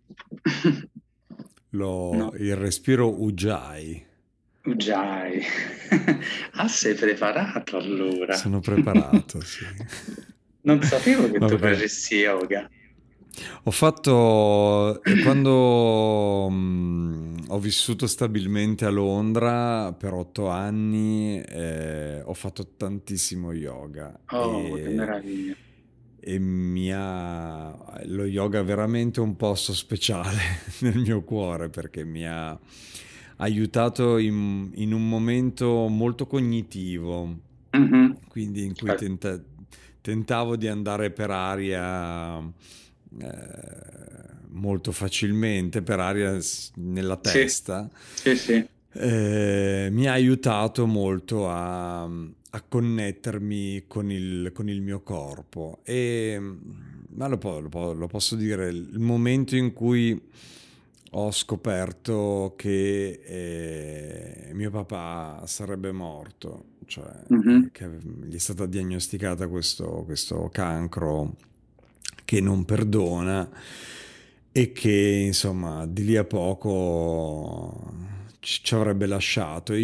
No? Il respiro Ujjayi. Ujjayi. Ah, sei preparato allora. Sono preparato, sì. Non sapevo che Ma tu perché facessi yoga. ho fatto, quando ho vissuto stabilmente a Londra per 8 anni, ho fatto tantissimo yoga Oh, che meraviglia. e lo yoga ha veramente un posto speciale nel mio cuore perché mi ha aiutato in un momento molto cognitivo, Mhm. quindi in cui tentavo di andare per aria molto facilmente, per aria nella Sì, testa. sì, sì. Mi ha aiutato molto a connettermi con il mio corpo ma lo posso dire, il momento in cui ho scoperto che mio papà sarebbe morto, cioè Mhm. che gli è stata diagnosticata questo cancro che non perdona e che insomma di lì a poco ci avrebbe lasciato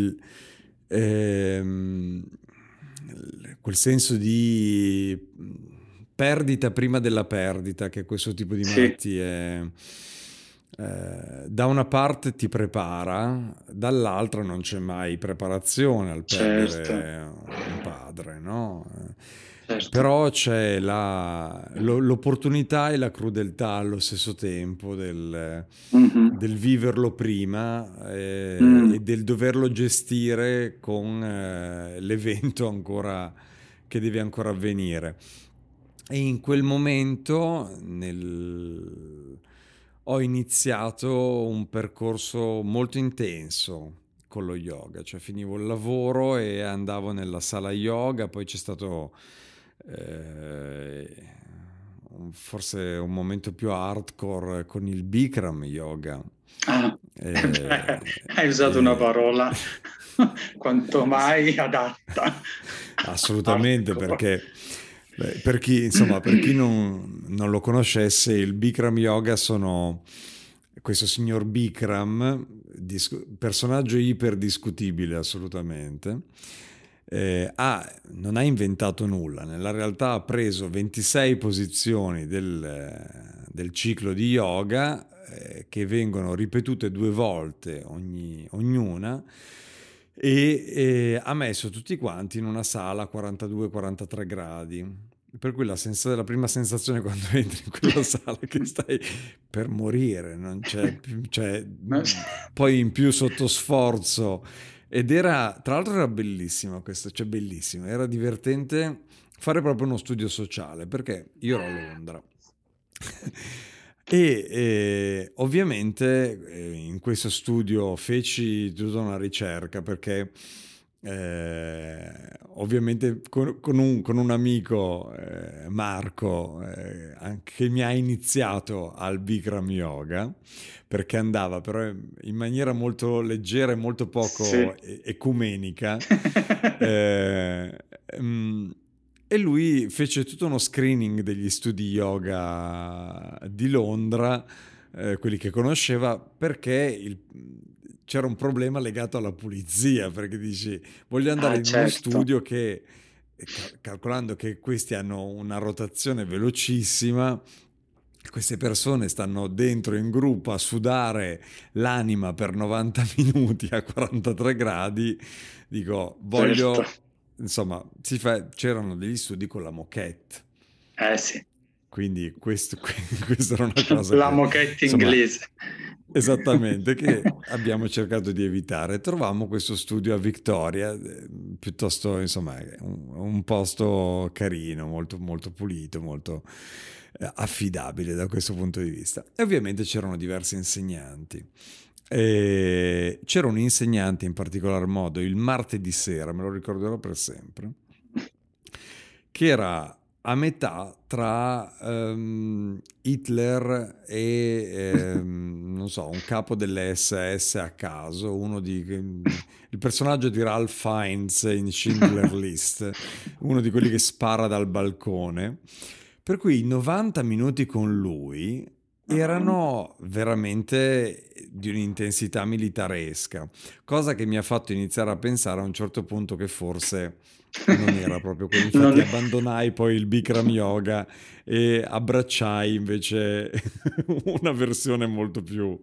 ehm, quel senso di perdita prima della perdita che questo tipo di Sì, malattie da una parte ti prepara, dall'altra non c'è mai preparazione al certo, perdere un padre, no? certo. Però c'è l'opportunità e la crudeltà allo stesso tempo Mhm. del viverlo prima Mm. e del doverlo gestire con l'evento ancora che deve ancora avvenire. E in quel momento ho iniziato un percorso molto intenso con lo yoga, cioè finivo il lavoro e andavo nella sala yoga, poi c'è stato eh, forse un momento più hardcore con il Bikram yoga. Ah, Eh, beh, hai usato una eh, parola quanto mai adatta. Assolutamente, Hardcore. perché per chi, insomma, per chi non lo conoscesse, il Bikram Yoga sono questo signor Bikram, personaggio iperdiscutibile assolutamente. Non ha inventato nulla, nella realtà ha preso 26 posizioni del ciclo di yoga che vengono ripetute 2 volte ognuna e ha messo tutti quanti in una sala a 42-43 gradi. Per cui la prima sensazione quando entri in quella sala è che stai per morire, non c'è più, cioè, No? poi in più sotto sforzo. Ed era, tra l'altro era bellissimo questo, cioè bellissimo, era divertente fare proprio uno studio sociale, perché io ero a Londra. Ovviamente in questo studio feci tutta una ricerca perché ovviamente con un amico Marco che mi ha iniziato al Bikram Yoga perché andava però in maniera molto leggera e molto Sì. poco ecumenica. Eh, mm, e lui fece tutto uno screening degli studi yoga di Londra, quelli che conosceva, perché c'era un problema legato alla pulizia, perché dici, voglio andare Ah, in uno certo. studio che, calcolando che questi hanno una rotazione velocissima, queste persone stanno dentro in gruppo a sudare l'anima per 90 minuti a 43 gradi, dico, Certo. voglio, insomma, c'erano degli studi con la moquette, Eh sì, quindi questa era una cosa la che, moquette insomma, inglese. esattamente, che abbiamo cercato di evitare. Trovammo questo studio a Victoria, piuttosto, insomma, un posto carino, molto, molto pulito, molto affidabile da questo punto di vista. E ovviamente c'erano diversi insegnanti. E c'era un insegnante in particolar modo il martedì sera, me lo ricorderò per sempre, che era a metà tra Hitler e non so, un capo delle SS a caso, il personaggio di Ralph Fiennes in Schindler List, uno di quelli che spara dal balcone. Per cui i 90 minuti con lui erano veramente di un'intensità militaresca, cosa che mi ha fatto iniziare a pensare a un certo punto che forse non era proprio quello. Infatti Non... abbandonai poi il Bikram Yoga e abbracciai invece una versione molto più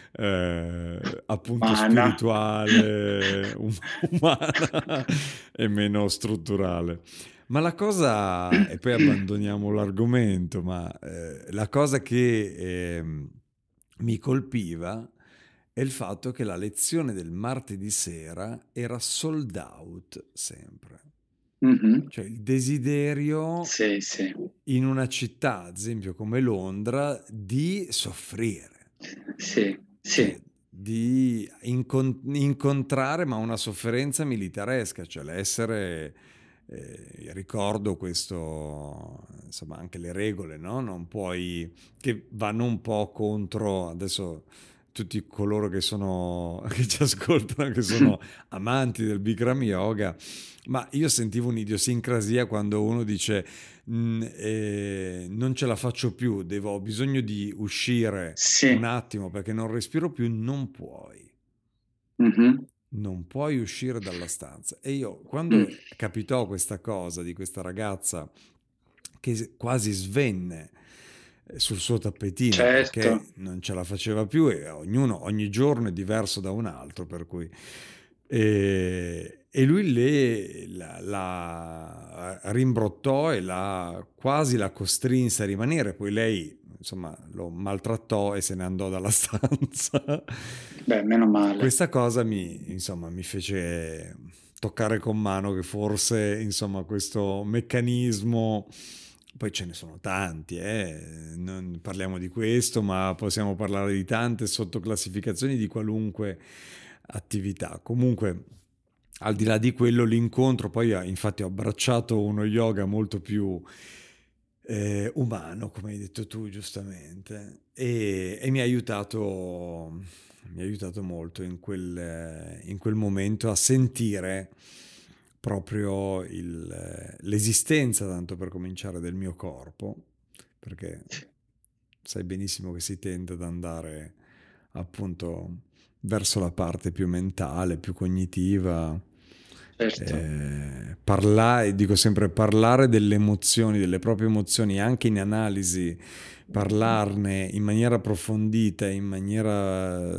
appunto Umana. spirituale, umana e meno strutturale. Ma la cosa, e poi abbandoniamo l'argomento, ma la cosa che mi colpiva è il fatto che la lezione del martedì sera era sold out sempre. Mhm. Cioè il desiderio Sì, sì, in una città, ad esempio come Londra, di soffrire, sì, cioè sì. di incontrare ma una sofferenza militaresca, cioè l'essere, ricordo questo, insomma anche le regole, no? Non puoi, che vanno un po' contro, adesso tutti coloro che ci ascoltano, che sono amanti del Bikram Yoga, ma io sentivo un'idiosincrasia quando uno dice non ce la faccio più, ho bisogno di uscire un Sì. attimo perché non respiro più. Mhm. Non puoi uscire dalla stanza. E io, Mm. quando capitò questa cosa di questa ragazza che quasi svenne sul suo tappetino Certo. perché non ce la faceva più, e ogni giorno è diverso da un altro, per cui e lui la rimbrottò e quasi la costrinse a rimanere. Poi lei, insomma, lo maltrattò e se ne andò dalla stanza. Beh, meno male. Questa cosa insomma, mi fece toccare con mano che forse, insomma, questo meccanismo, poi ce ne sono tanti, non parliamo di questo, ma possiamo parlare di tante sottoclassificazioni di qualunque attività. Comunque, al di là di quello, l'incontro, poi infatti ho abbracciato uno yoga molto più umano, come hai detto tu giustamente, e mi ha aiutato molto in quel momento a sentire proprio l'esistenza, tanto per cominciare, del mio corpo, perché sai benissimo che si tende ad andare appunto verso la parte più mentale, più cognitiva. Certo. Parlare, dico sempre, parlare delle emozioni, delle proprie emozioni, anche in analisi, parlarne in maniera approfondita, in maniera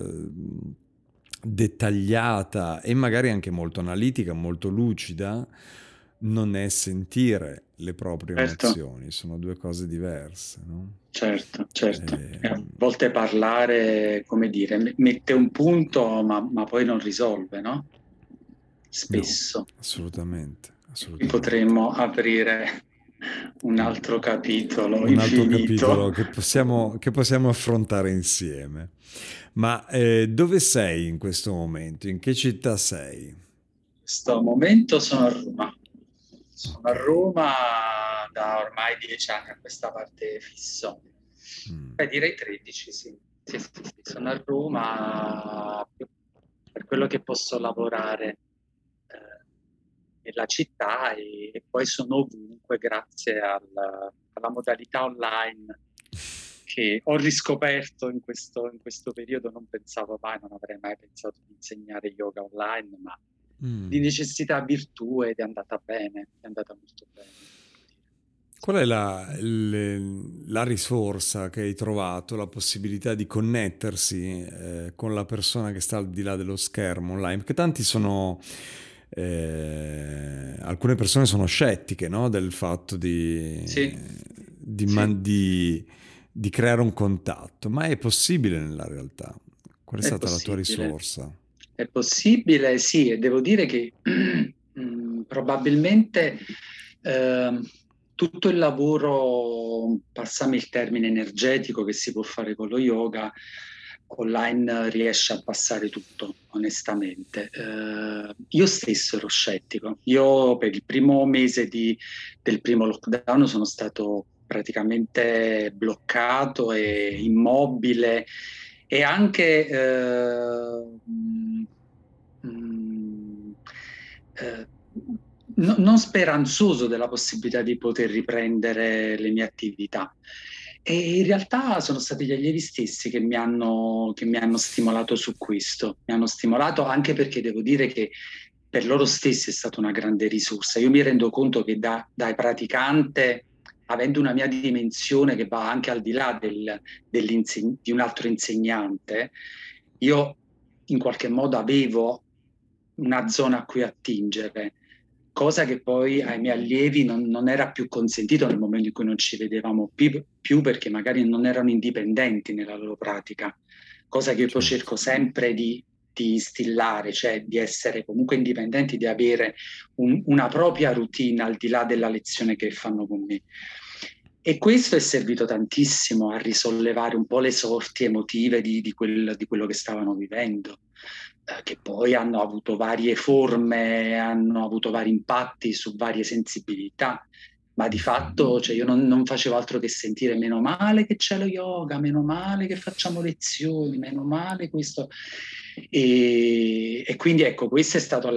dettagliata e magari anche molto analitica, molto lucida, non è sentire le proprie Certo. emozioni, sono due cose diverse, no? Certo, certo. E a Eh, volte parlare, come dire, mette un punto, ma poi non risolve, no? no, Spesso. assolutamente, Qui assolutamente. potremmo aprire un altro capitolo Un altro capitolo infinito. che possiamo affrontare insieme. Ma dove sei in questo momento? In che città sei? Questo momento sono a Roma. Sono a Ok. Roma da ormai 10 anni a questa parte fisso. Mm. Beh, direi 13, sì. Sì, sì, sì. Sono a Roma per quello che posso lavorare nella città e poi sono ovunque grazie alla modalità online che ho riscoperto in questo periodo. Non pensavo mai, non avrei mai pensato di insegnare yoga online, ma di Mm. necessità virtù ed è andata bene, è andata molto bene. Qual è la risorsa che hai trovato, la possibilità di connettersi con la persona che sta al di là dello schermo online? Perché alcune persone sono scettiche, no? Del fatto Sì, di, sì, man- di- di creare un contatto, ma è possibile nella realtà. Qual è è stata la tua possibile. risorsa? È possibile, sì, e devo dire che probabilmente ehm, tutto il lavoro, passami il termine energetico, che si può fare con lo yoga, online riesce a passare tutto, onestamente. Io stesso ero scettico. Io per il primo mese del primo lockdown sono stato praticamente bloccato e Mhm. immobile e anche mh, eh, non speranzoso della possibilità di poter riprendere le mie attività. E in realtà sono stati gli allievi stessi che mi hanno stimolato su questo, mi hanno stimolato anche perché devo dire che per loro stessi è stata una grande risorsa. Io mi rendo conto che da praticante, avendo una mia dimensione che va anche al di là di un altro insegnante, io in qualche modo avevo una zona a cui attingere, cosa che poi ai miei allievi non era più consentito nel momento in cui non ci vedevamo più perché magari non erano indipendenti nella loro pratica, cosa che io poi Certo. cerco sempre di instillare, cioè di essere comunque indipendenti, di avere una propria routine al di là della lezione che fanno con me. E questo è servito tantissimo a risollevare un po' le sorti emotive di quello che stavano vivendo, che poi hanno avuto varie forme, hanno avuto vari impatti su varie sensibilità. ma di fatto cioè, io non facevo altro che sentire meno male che c'è lo yoga, meno male che facciamo lezioni, meno male questo. E quindi ecco, questo è stato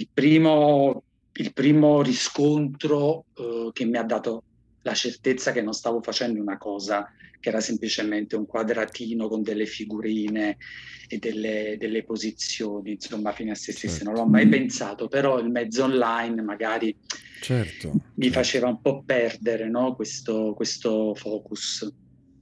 il primo riscontro che mi ha dato la certezza che non stavo facendo una cosa che era semplicemente un quadratino con delle figurine e delle posizioni, insomma, fine a se stesse. Non certo, l'ho mai pensato, però il mezzo online magari certo, mi certo. faceva un po' perdere, no, questo focus.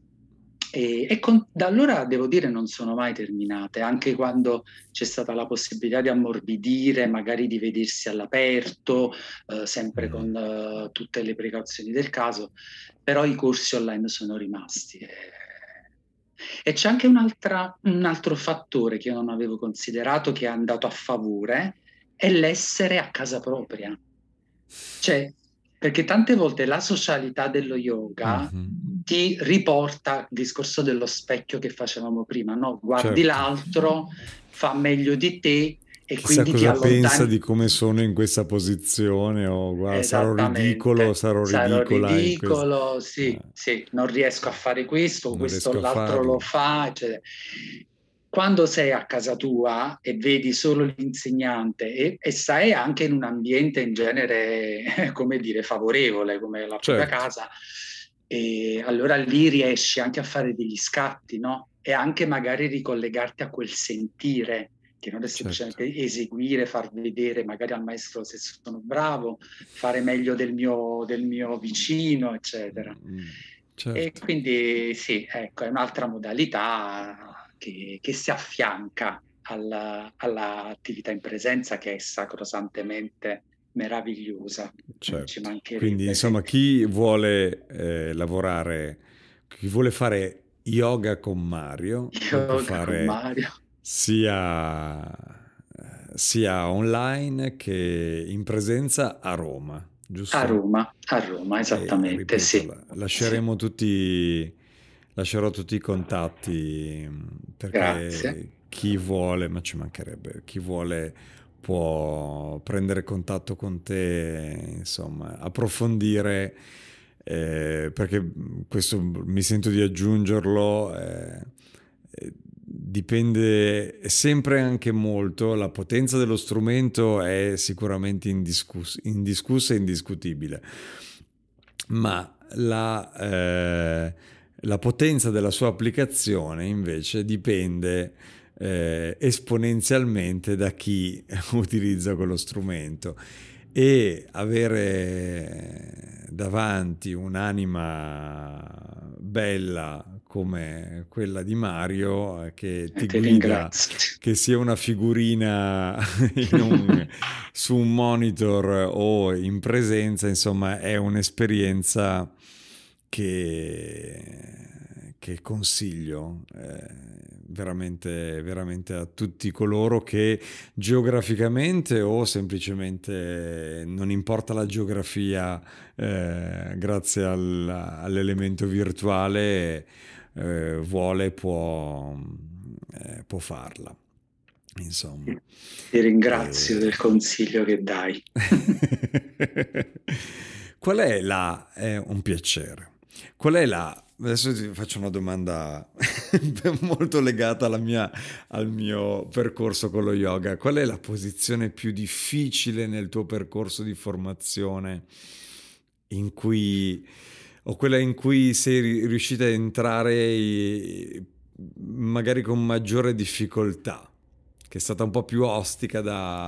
Da allora devo dire non sono mai terminate, anche quando c'è stata la possibilità di ammorbidire, magari di vedersi all'aperto, sempre Mm. con tutte le precauzioni del caso, però i corsi online sono rimasti. E c'è anche un altro fattore che io non avevo considerato che è andato a favore, è l'essere a casa propria. Cioè, perché tante volte la socialità dello yoga Mhm. ti riporta il discorso dello specchio che facevamo prima, no? Guardi Certo. l'altro, fa meglio di te e Chissà quindi ti cosa pensa allontani. di come sono in questa posizione, o guarda, Esattamente, sarò sarò ridicola in questo. ridicolo, sì, sì, non riesco a fare questo, Non questo riesco a l'altro lo farlo. fa, eccetera. Quando sei a casa tua e vedi solo l'insegnante e stai anche in un ambiente in genere, come dire, favorevole, come la propria Certo, casa, e allora lì riesci anche a fare degli scatti, no? E anche magari ricollegarti a quel sentire che non è certo. semplicemente eseguire, far vedere magari al maestro se sono bravo, fare meglio del mio vicino, eccetera. Mm, E certo, quindi sì, ecco, è un'altra modalità che si affianca all'attività in presenza che è sacrosantemente meravigliosa, non ci certo. Quindi, mancherebbe, sì. insomma, chi vuole lavorare, chi vuole fare yoga con Mario, lo può Yoga con fare Mario. sia online che in presenza a Roma, giusto? A Roma, E esattamente, ripeto, sì. Sì, lascerò tutti i contatti, grazie. perché chi vuole, ma ci mancherebbe, chi vuole può prendere contatto con te, insomma, approfondire, perché questo mi sento di aggiungerlo, dipende sempre anche molto, la potenza dello strumento è sicuramente indiscussa e indiscutibile, ma la potenza della sua applicazione invece dipende esponenzialmente da chi utilizza quello strumento, e avere davanti un'anima bella come quella di Mario, che ti Ti guida, ringrazio. che sia una figurina su un monitor o in presenza, insomma, è un'esperienza che consiglio veramente, veramente a tutti coloro che geograficamente o semplicemente, non importa la geografia, grazie all'elemento virtuale, può farla, insomma. Ti ringrazio del E... consiglio che dai. Qual è un piacere. Qual è adesso ti faccio una domanda molto legata al mio percorso con lo yoga. Qual è la posizione più difficile nel tuo percorso di formazione, in cui, o quella in cui sei riuscita a entrare magari con maggiore difficoltà, che è stata un po' più ostica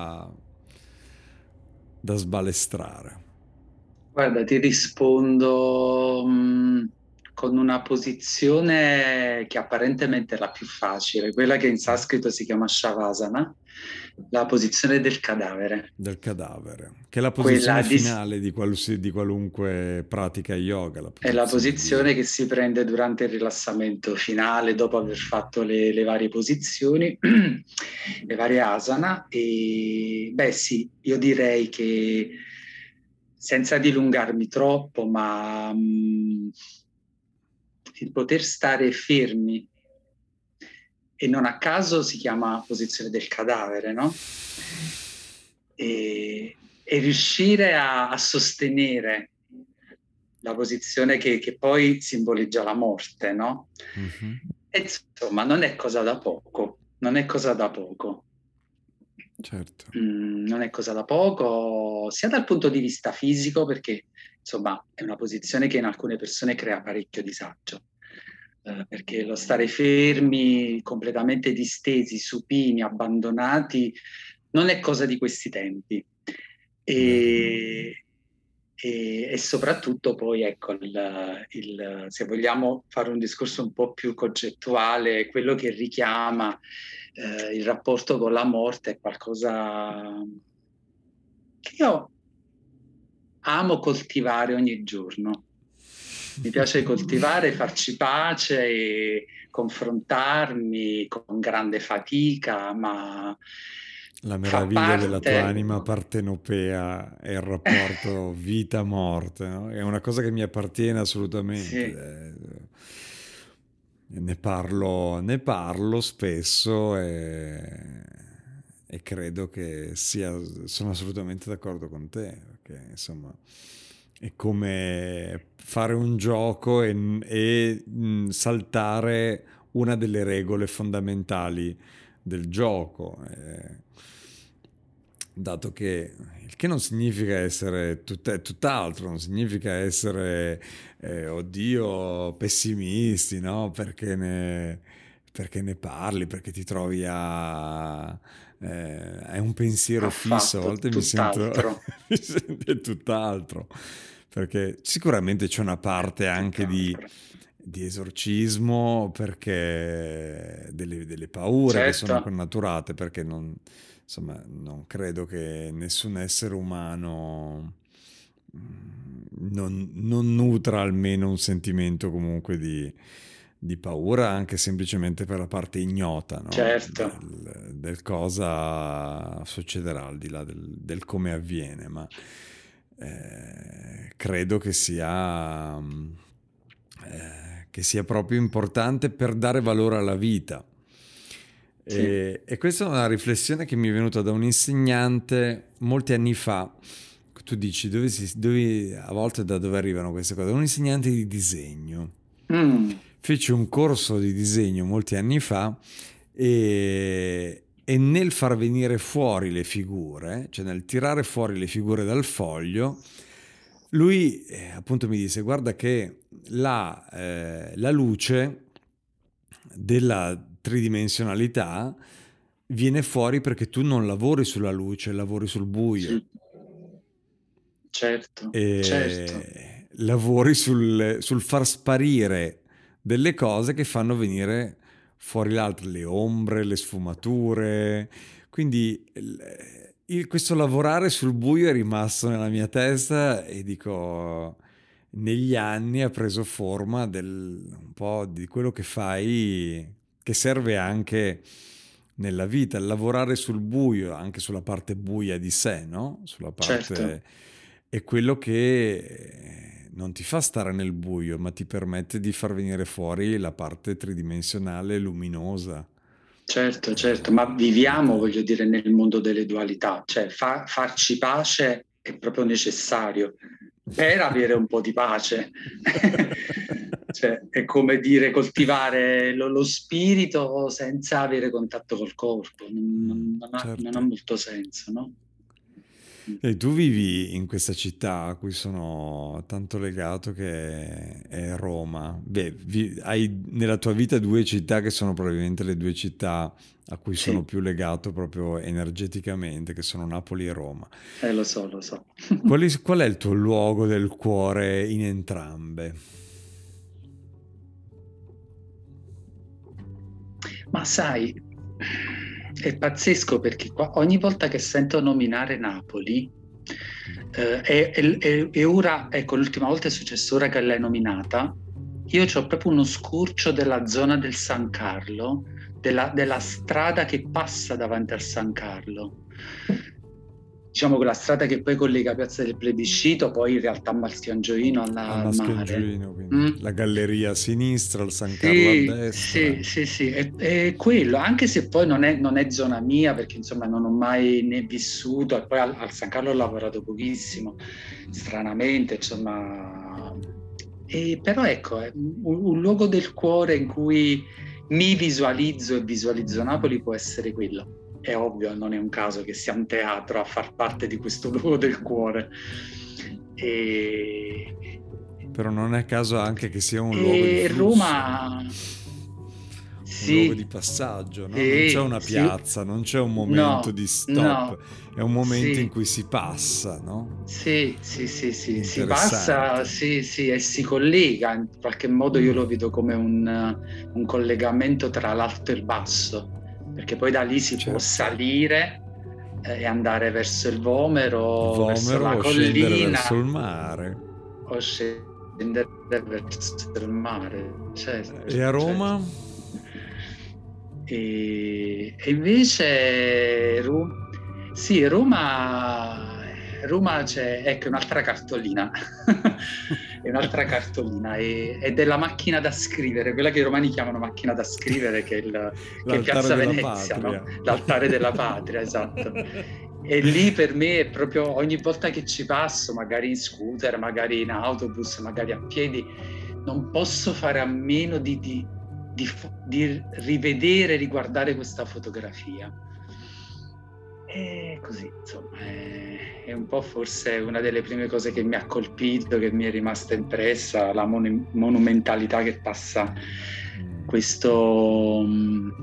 da sbalestrare? Guarda, ti rispondo con una posizione che apparentemente è la più facile, quella che in sanscrito si chiama Shavasana, la posizione del cadavere. Del cadavere, che è la posizione Quella di, finale di qualunque pratica yoga, la È la posizione di... posizione che si prende durante il rilassamento finale, dopo aver fatto le varie posizioni, le varie asana. E beh, sì, io direi che senza dilungarmi troppo, ma il poter stare fermi e non a caso si chiama posizione del cadavere, no? E riuscire a sostenere la posizione che poi simboleggia la morte, no? Mhm. E insomma, non è cosa da poco, non è cosa da poco. Certo. Non è cosa da poco, sia dal punto di vista fisico, perché insomma è una posizione che in alcune persone crea parecchio disagio, perché lo stare fermi, completamente distesi, supini, abbandonati, non è cosa di questi tempi. Vero. E soprattutto poi, ecco, se vogliamo fare un discorso un po' più concettuale, quello che richiama il rapporto con la morte è qualcosa che io amo coltivare ogni giorno. Mi piace coltivare, farci pace e confrontarmi con grande fatica, ma La fa meraviglia della tua parte. anima partenopea è il rapporto vita-morte, no? È una cosa che mi appartiene assolutamente. Sì, Ne parlo spesso e credo che sono assolutamente d'accordo con te, perché insomma è come fare un gioco e saltare una delle regole fondamentali del gioco. Dato che il che non significa essere tutt'altro, non significa essere, oddio, pessimisti, no? Perché ne parli, perché ti trovi è un pensiero fisso, a affatto, volte mi sento, tutt'altro, mi sento è tutt'altro, perché sicuramente c'è una parte anche di, tutt'altro. di esorcismo, perché delle paure che sono Certo, connaturate, perché insomma, non credo che nessun essere umano non nutra almeno un sentimento comunque di paura, anche semplicemente per la parte ignota, no? certo. Del cosa succederà al di là del come avviene, ma credo che sia proprio importante per dare valore alla vita. Sì. E questa è una riflessione che mi è venuta da un insegnante molti anni fa. Tu dici, a volte da dove arrivano queste cose? Un insegnante di disegno. Mm, Fece un corso di disegno molti anni fa e nel far venire fuori le figure, cioè nel tirare fuori le figure dal foglio, lui appunto mi disse: guarda che la luce della tridimensionalità viene fuori perché tu non lavori sulla luce, lavori sul buio sì, certo, certo, e lavori sul far sparire delle cose che fanno venire fuori l'altro, le ombre, le sfumature. Quindi questo lavorare sul buio è rimasto nella mia testa e dico, negli anni ha preso forma un po' di quello che fai, che serve anche nella vita, lavorare sul buio, anche sulla parte buia di sé, no? Sulla certo, parte è quello che non ti fa stare nel buio, ma ti permette di far venire fuori la parte tridimensionale luminosa certo, certo, ma di viviamo, te. voglio dire, nel mondo delle dualità, cioè farci pace è proprio necessario per avere un po' di pace. Cioè, è come dire coltivare lo spirito senza avere contatto col corpo, non ha Certo. molto senso, no? E tu vivi in questa città a cui sono tanto legato, che è Roma. Beh, hai nella tua vita due città che sono probabilmente le due città a cui sono Sì, più legato proprio energeticamente, che sono Napoli e Roma. lo so, lo so. Qual è il tuo luogo del cuore in entrambe? Ma sai, è pazzesco perché ogni volta che sento nominare Napoli, e ora, ecco, l'ultima volta è successo ora che l'hai nominata, io ho proprio uno scurcio della zona del San Carlo, della strada che passa davanti al San Carlo. Diciamo quella strada che poi collega Piazza del Plebiscito, poi in realtà Martiangioino Al al mare. Mascangino, quindi Mm? la galleria a sinistra, il San Carlo a Sì, destra. sì, sì, sì, è quello, anche se poi non è zona mia, perché insomma non ho mai né vissuto, e poi al San Carlo ho lavorato pochissimo, stranamente, insomma, Però ecco, è un luogo del cuore in cui mi visualizzo e visualizzo Napoli può essere quello. È ovvio, non è un caso che sia un teatro a far parte di questo luogo del cuore. Però non è caso anche che sia un luogo di flusso. Roma... Un luogo di passaggio, no? Non c'è una piazza, non c'è un momento di stop, è un momento in cui si passa, no? Sì, si passa, sì, e si collega, in qualche modo io lo vedo come un collegamento tra l'alto e il basso, perché poi da lì si può salire e andare verso il Vomero, verso la collina, scendere verso il mare. O scendere verso il mare, certo. E a Roma? Certo. E invece Roma c'è, ecco, un'altra cartolina è un'altra cartolina ed è la macchina da scrivere, quella che i romani chiamano macchina da scrivere, che è Piazza Venezia, no? L'altare della patria, esatto. E lì per me è proprio, ogni volta che ci passo, magari in scooter, magari in autobus, magari a piedi, non posso fare a meno di rivedere, riguardare questa fotografia. E così, insomma, è un po' forse una delle prime cose che mi ha colpito, che mi è rimasta impressa, la monumentalità che passa questo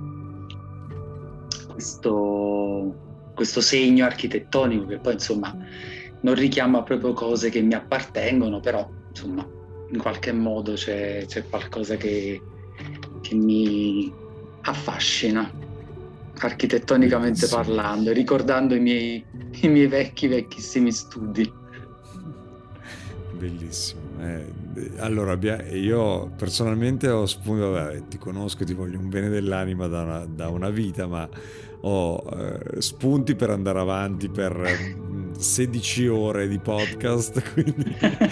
segno architettonico, che poi insomma non richiama proprio cose che mi appartengono, però insomma in qualche modo c'è qualcosa che mi affascina architettonicamente parlando, ricordando i miei vecchissimi studi. Bellissimo. Allora io personalmente ho spunto, ti conosco, ti voglio un bene dell'anima da una vita, ma ho spunti per andare avanti per 16 ore di podcast, quindi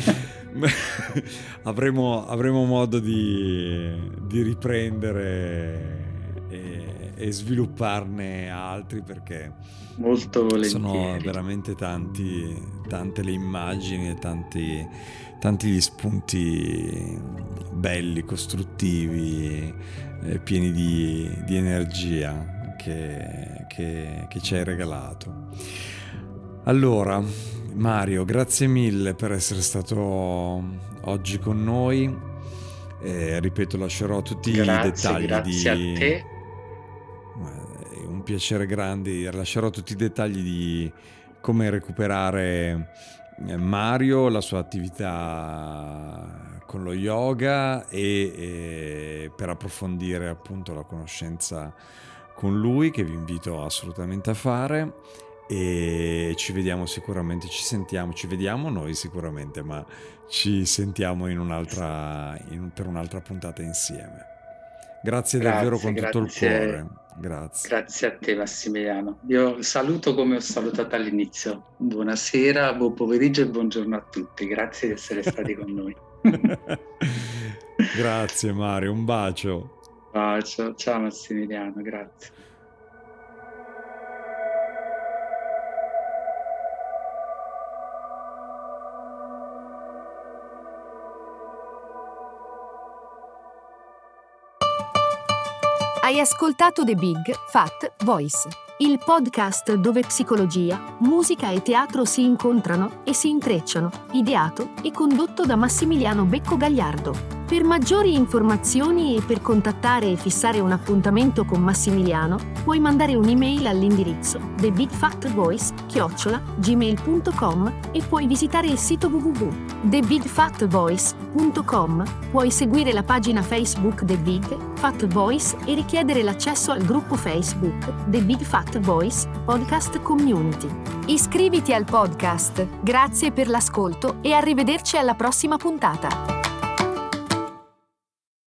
avremo modo di riprendere e svilupparne altri, perché molto volentieri. Sono veramente tante le immagini e tanti gli spunti belli, costruttivi, pieni di energia che ci hai regalato. Allora, Mario, grazie mille per essere stato oggi con noi. Ripeto, lascerò tutti i dettagli. Grazie a te. È un piacere grande. Lascerò tutti i dettagli di come recuperare Mario, la sua attività con lo yoga e per approfondire appunto la conoscenza con lui, che vi invito assolutamente a fare. E ci vediamo sicuramente, ci vediamo noi sicuramente, ma ci sentiamo per un'altra puntata insieme. Grazie davvero con tutto il cuore. Grazie a te, Massimiliano. Io saluto come ho salutato all'inizio. Buonasera, buon pomeriggio e buongiorno a tutti. Grazie di essere stati con noi. Grazie Mario, un bacio. Ciao Massimiliano, grazie. Hai ascoltato The Big Fat Voice, il podcast dove psicologia, musica e teatro si incontrano e si intrecciano, ideato e condotto da Massimiliano Becco Gagliardo. Per maggiori informazioni e per contattare e fissare un appuntamento con Massimiliano, puoi mandare un'email all'indirizzo thebigfatvoice@gmail.com e puoi visitare il sito www.thebigfatvoice.com. Puoi seguire la pagina Facebook The Big Fat Voice e richiedere l'accesso al gruppo Facebook The Big Fat Voice Podcast Community. Iscriviti al podcast. Grazie per l'ascolto e arrivederci alla prossima puntata.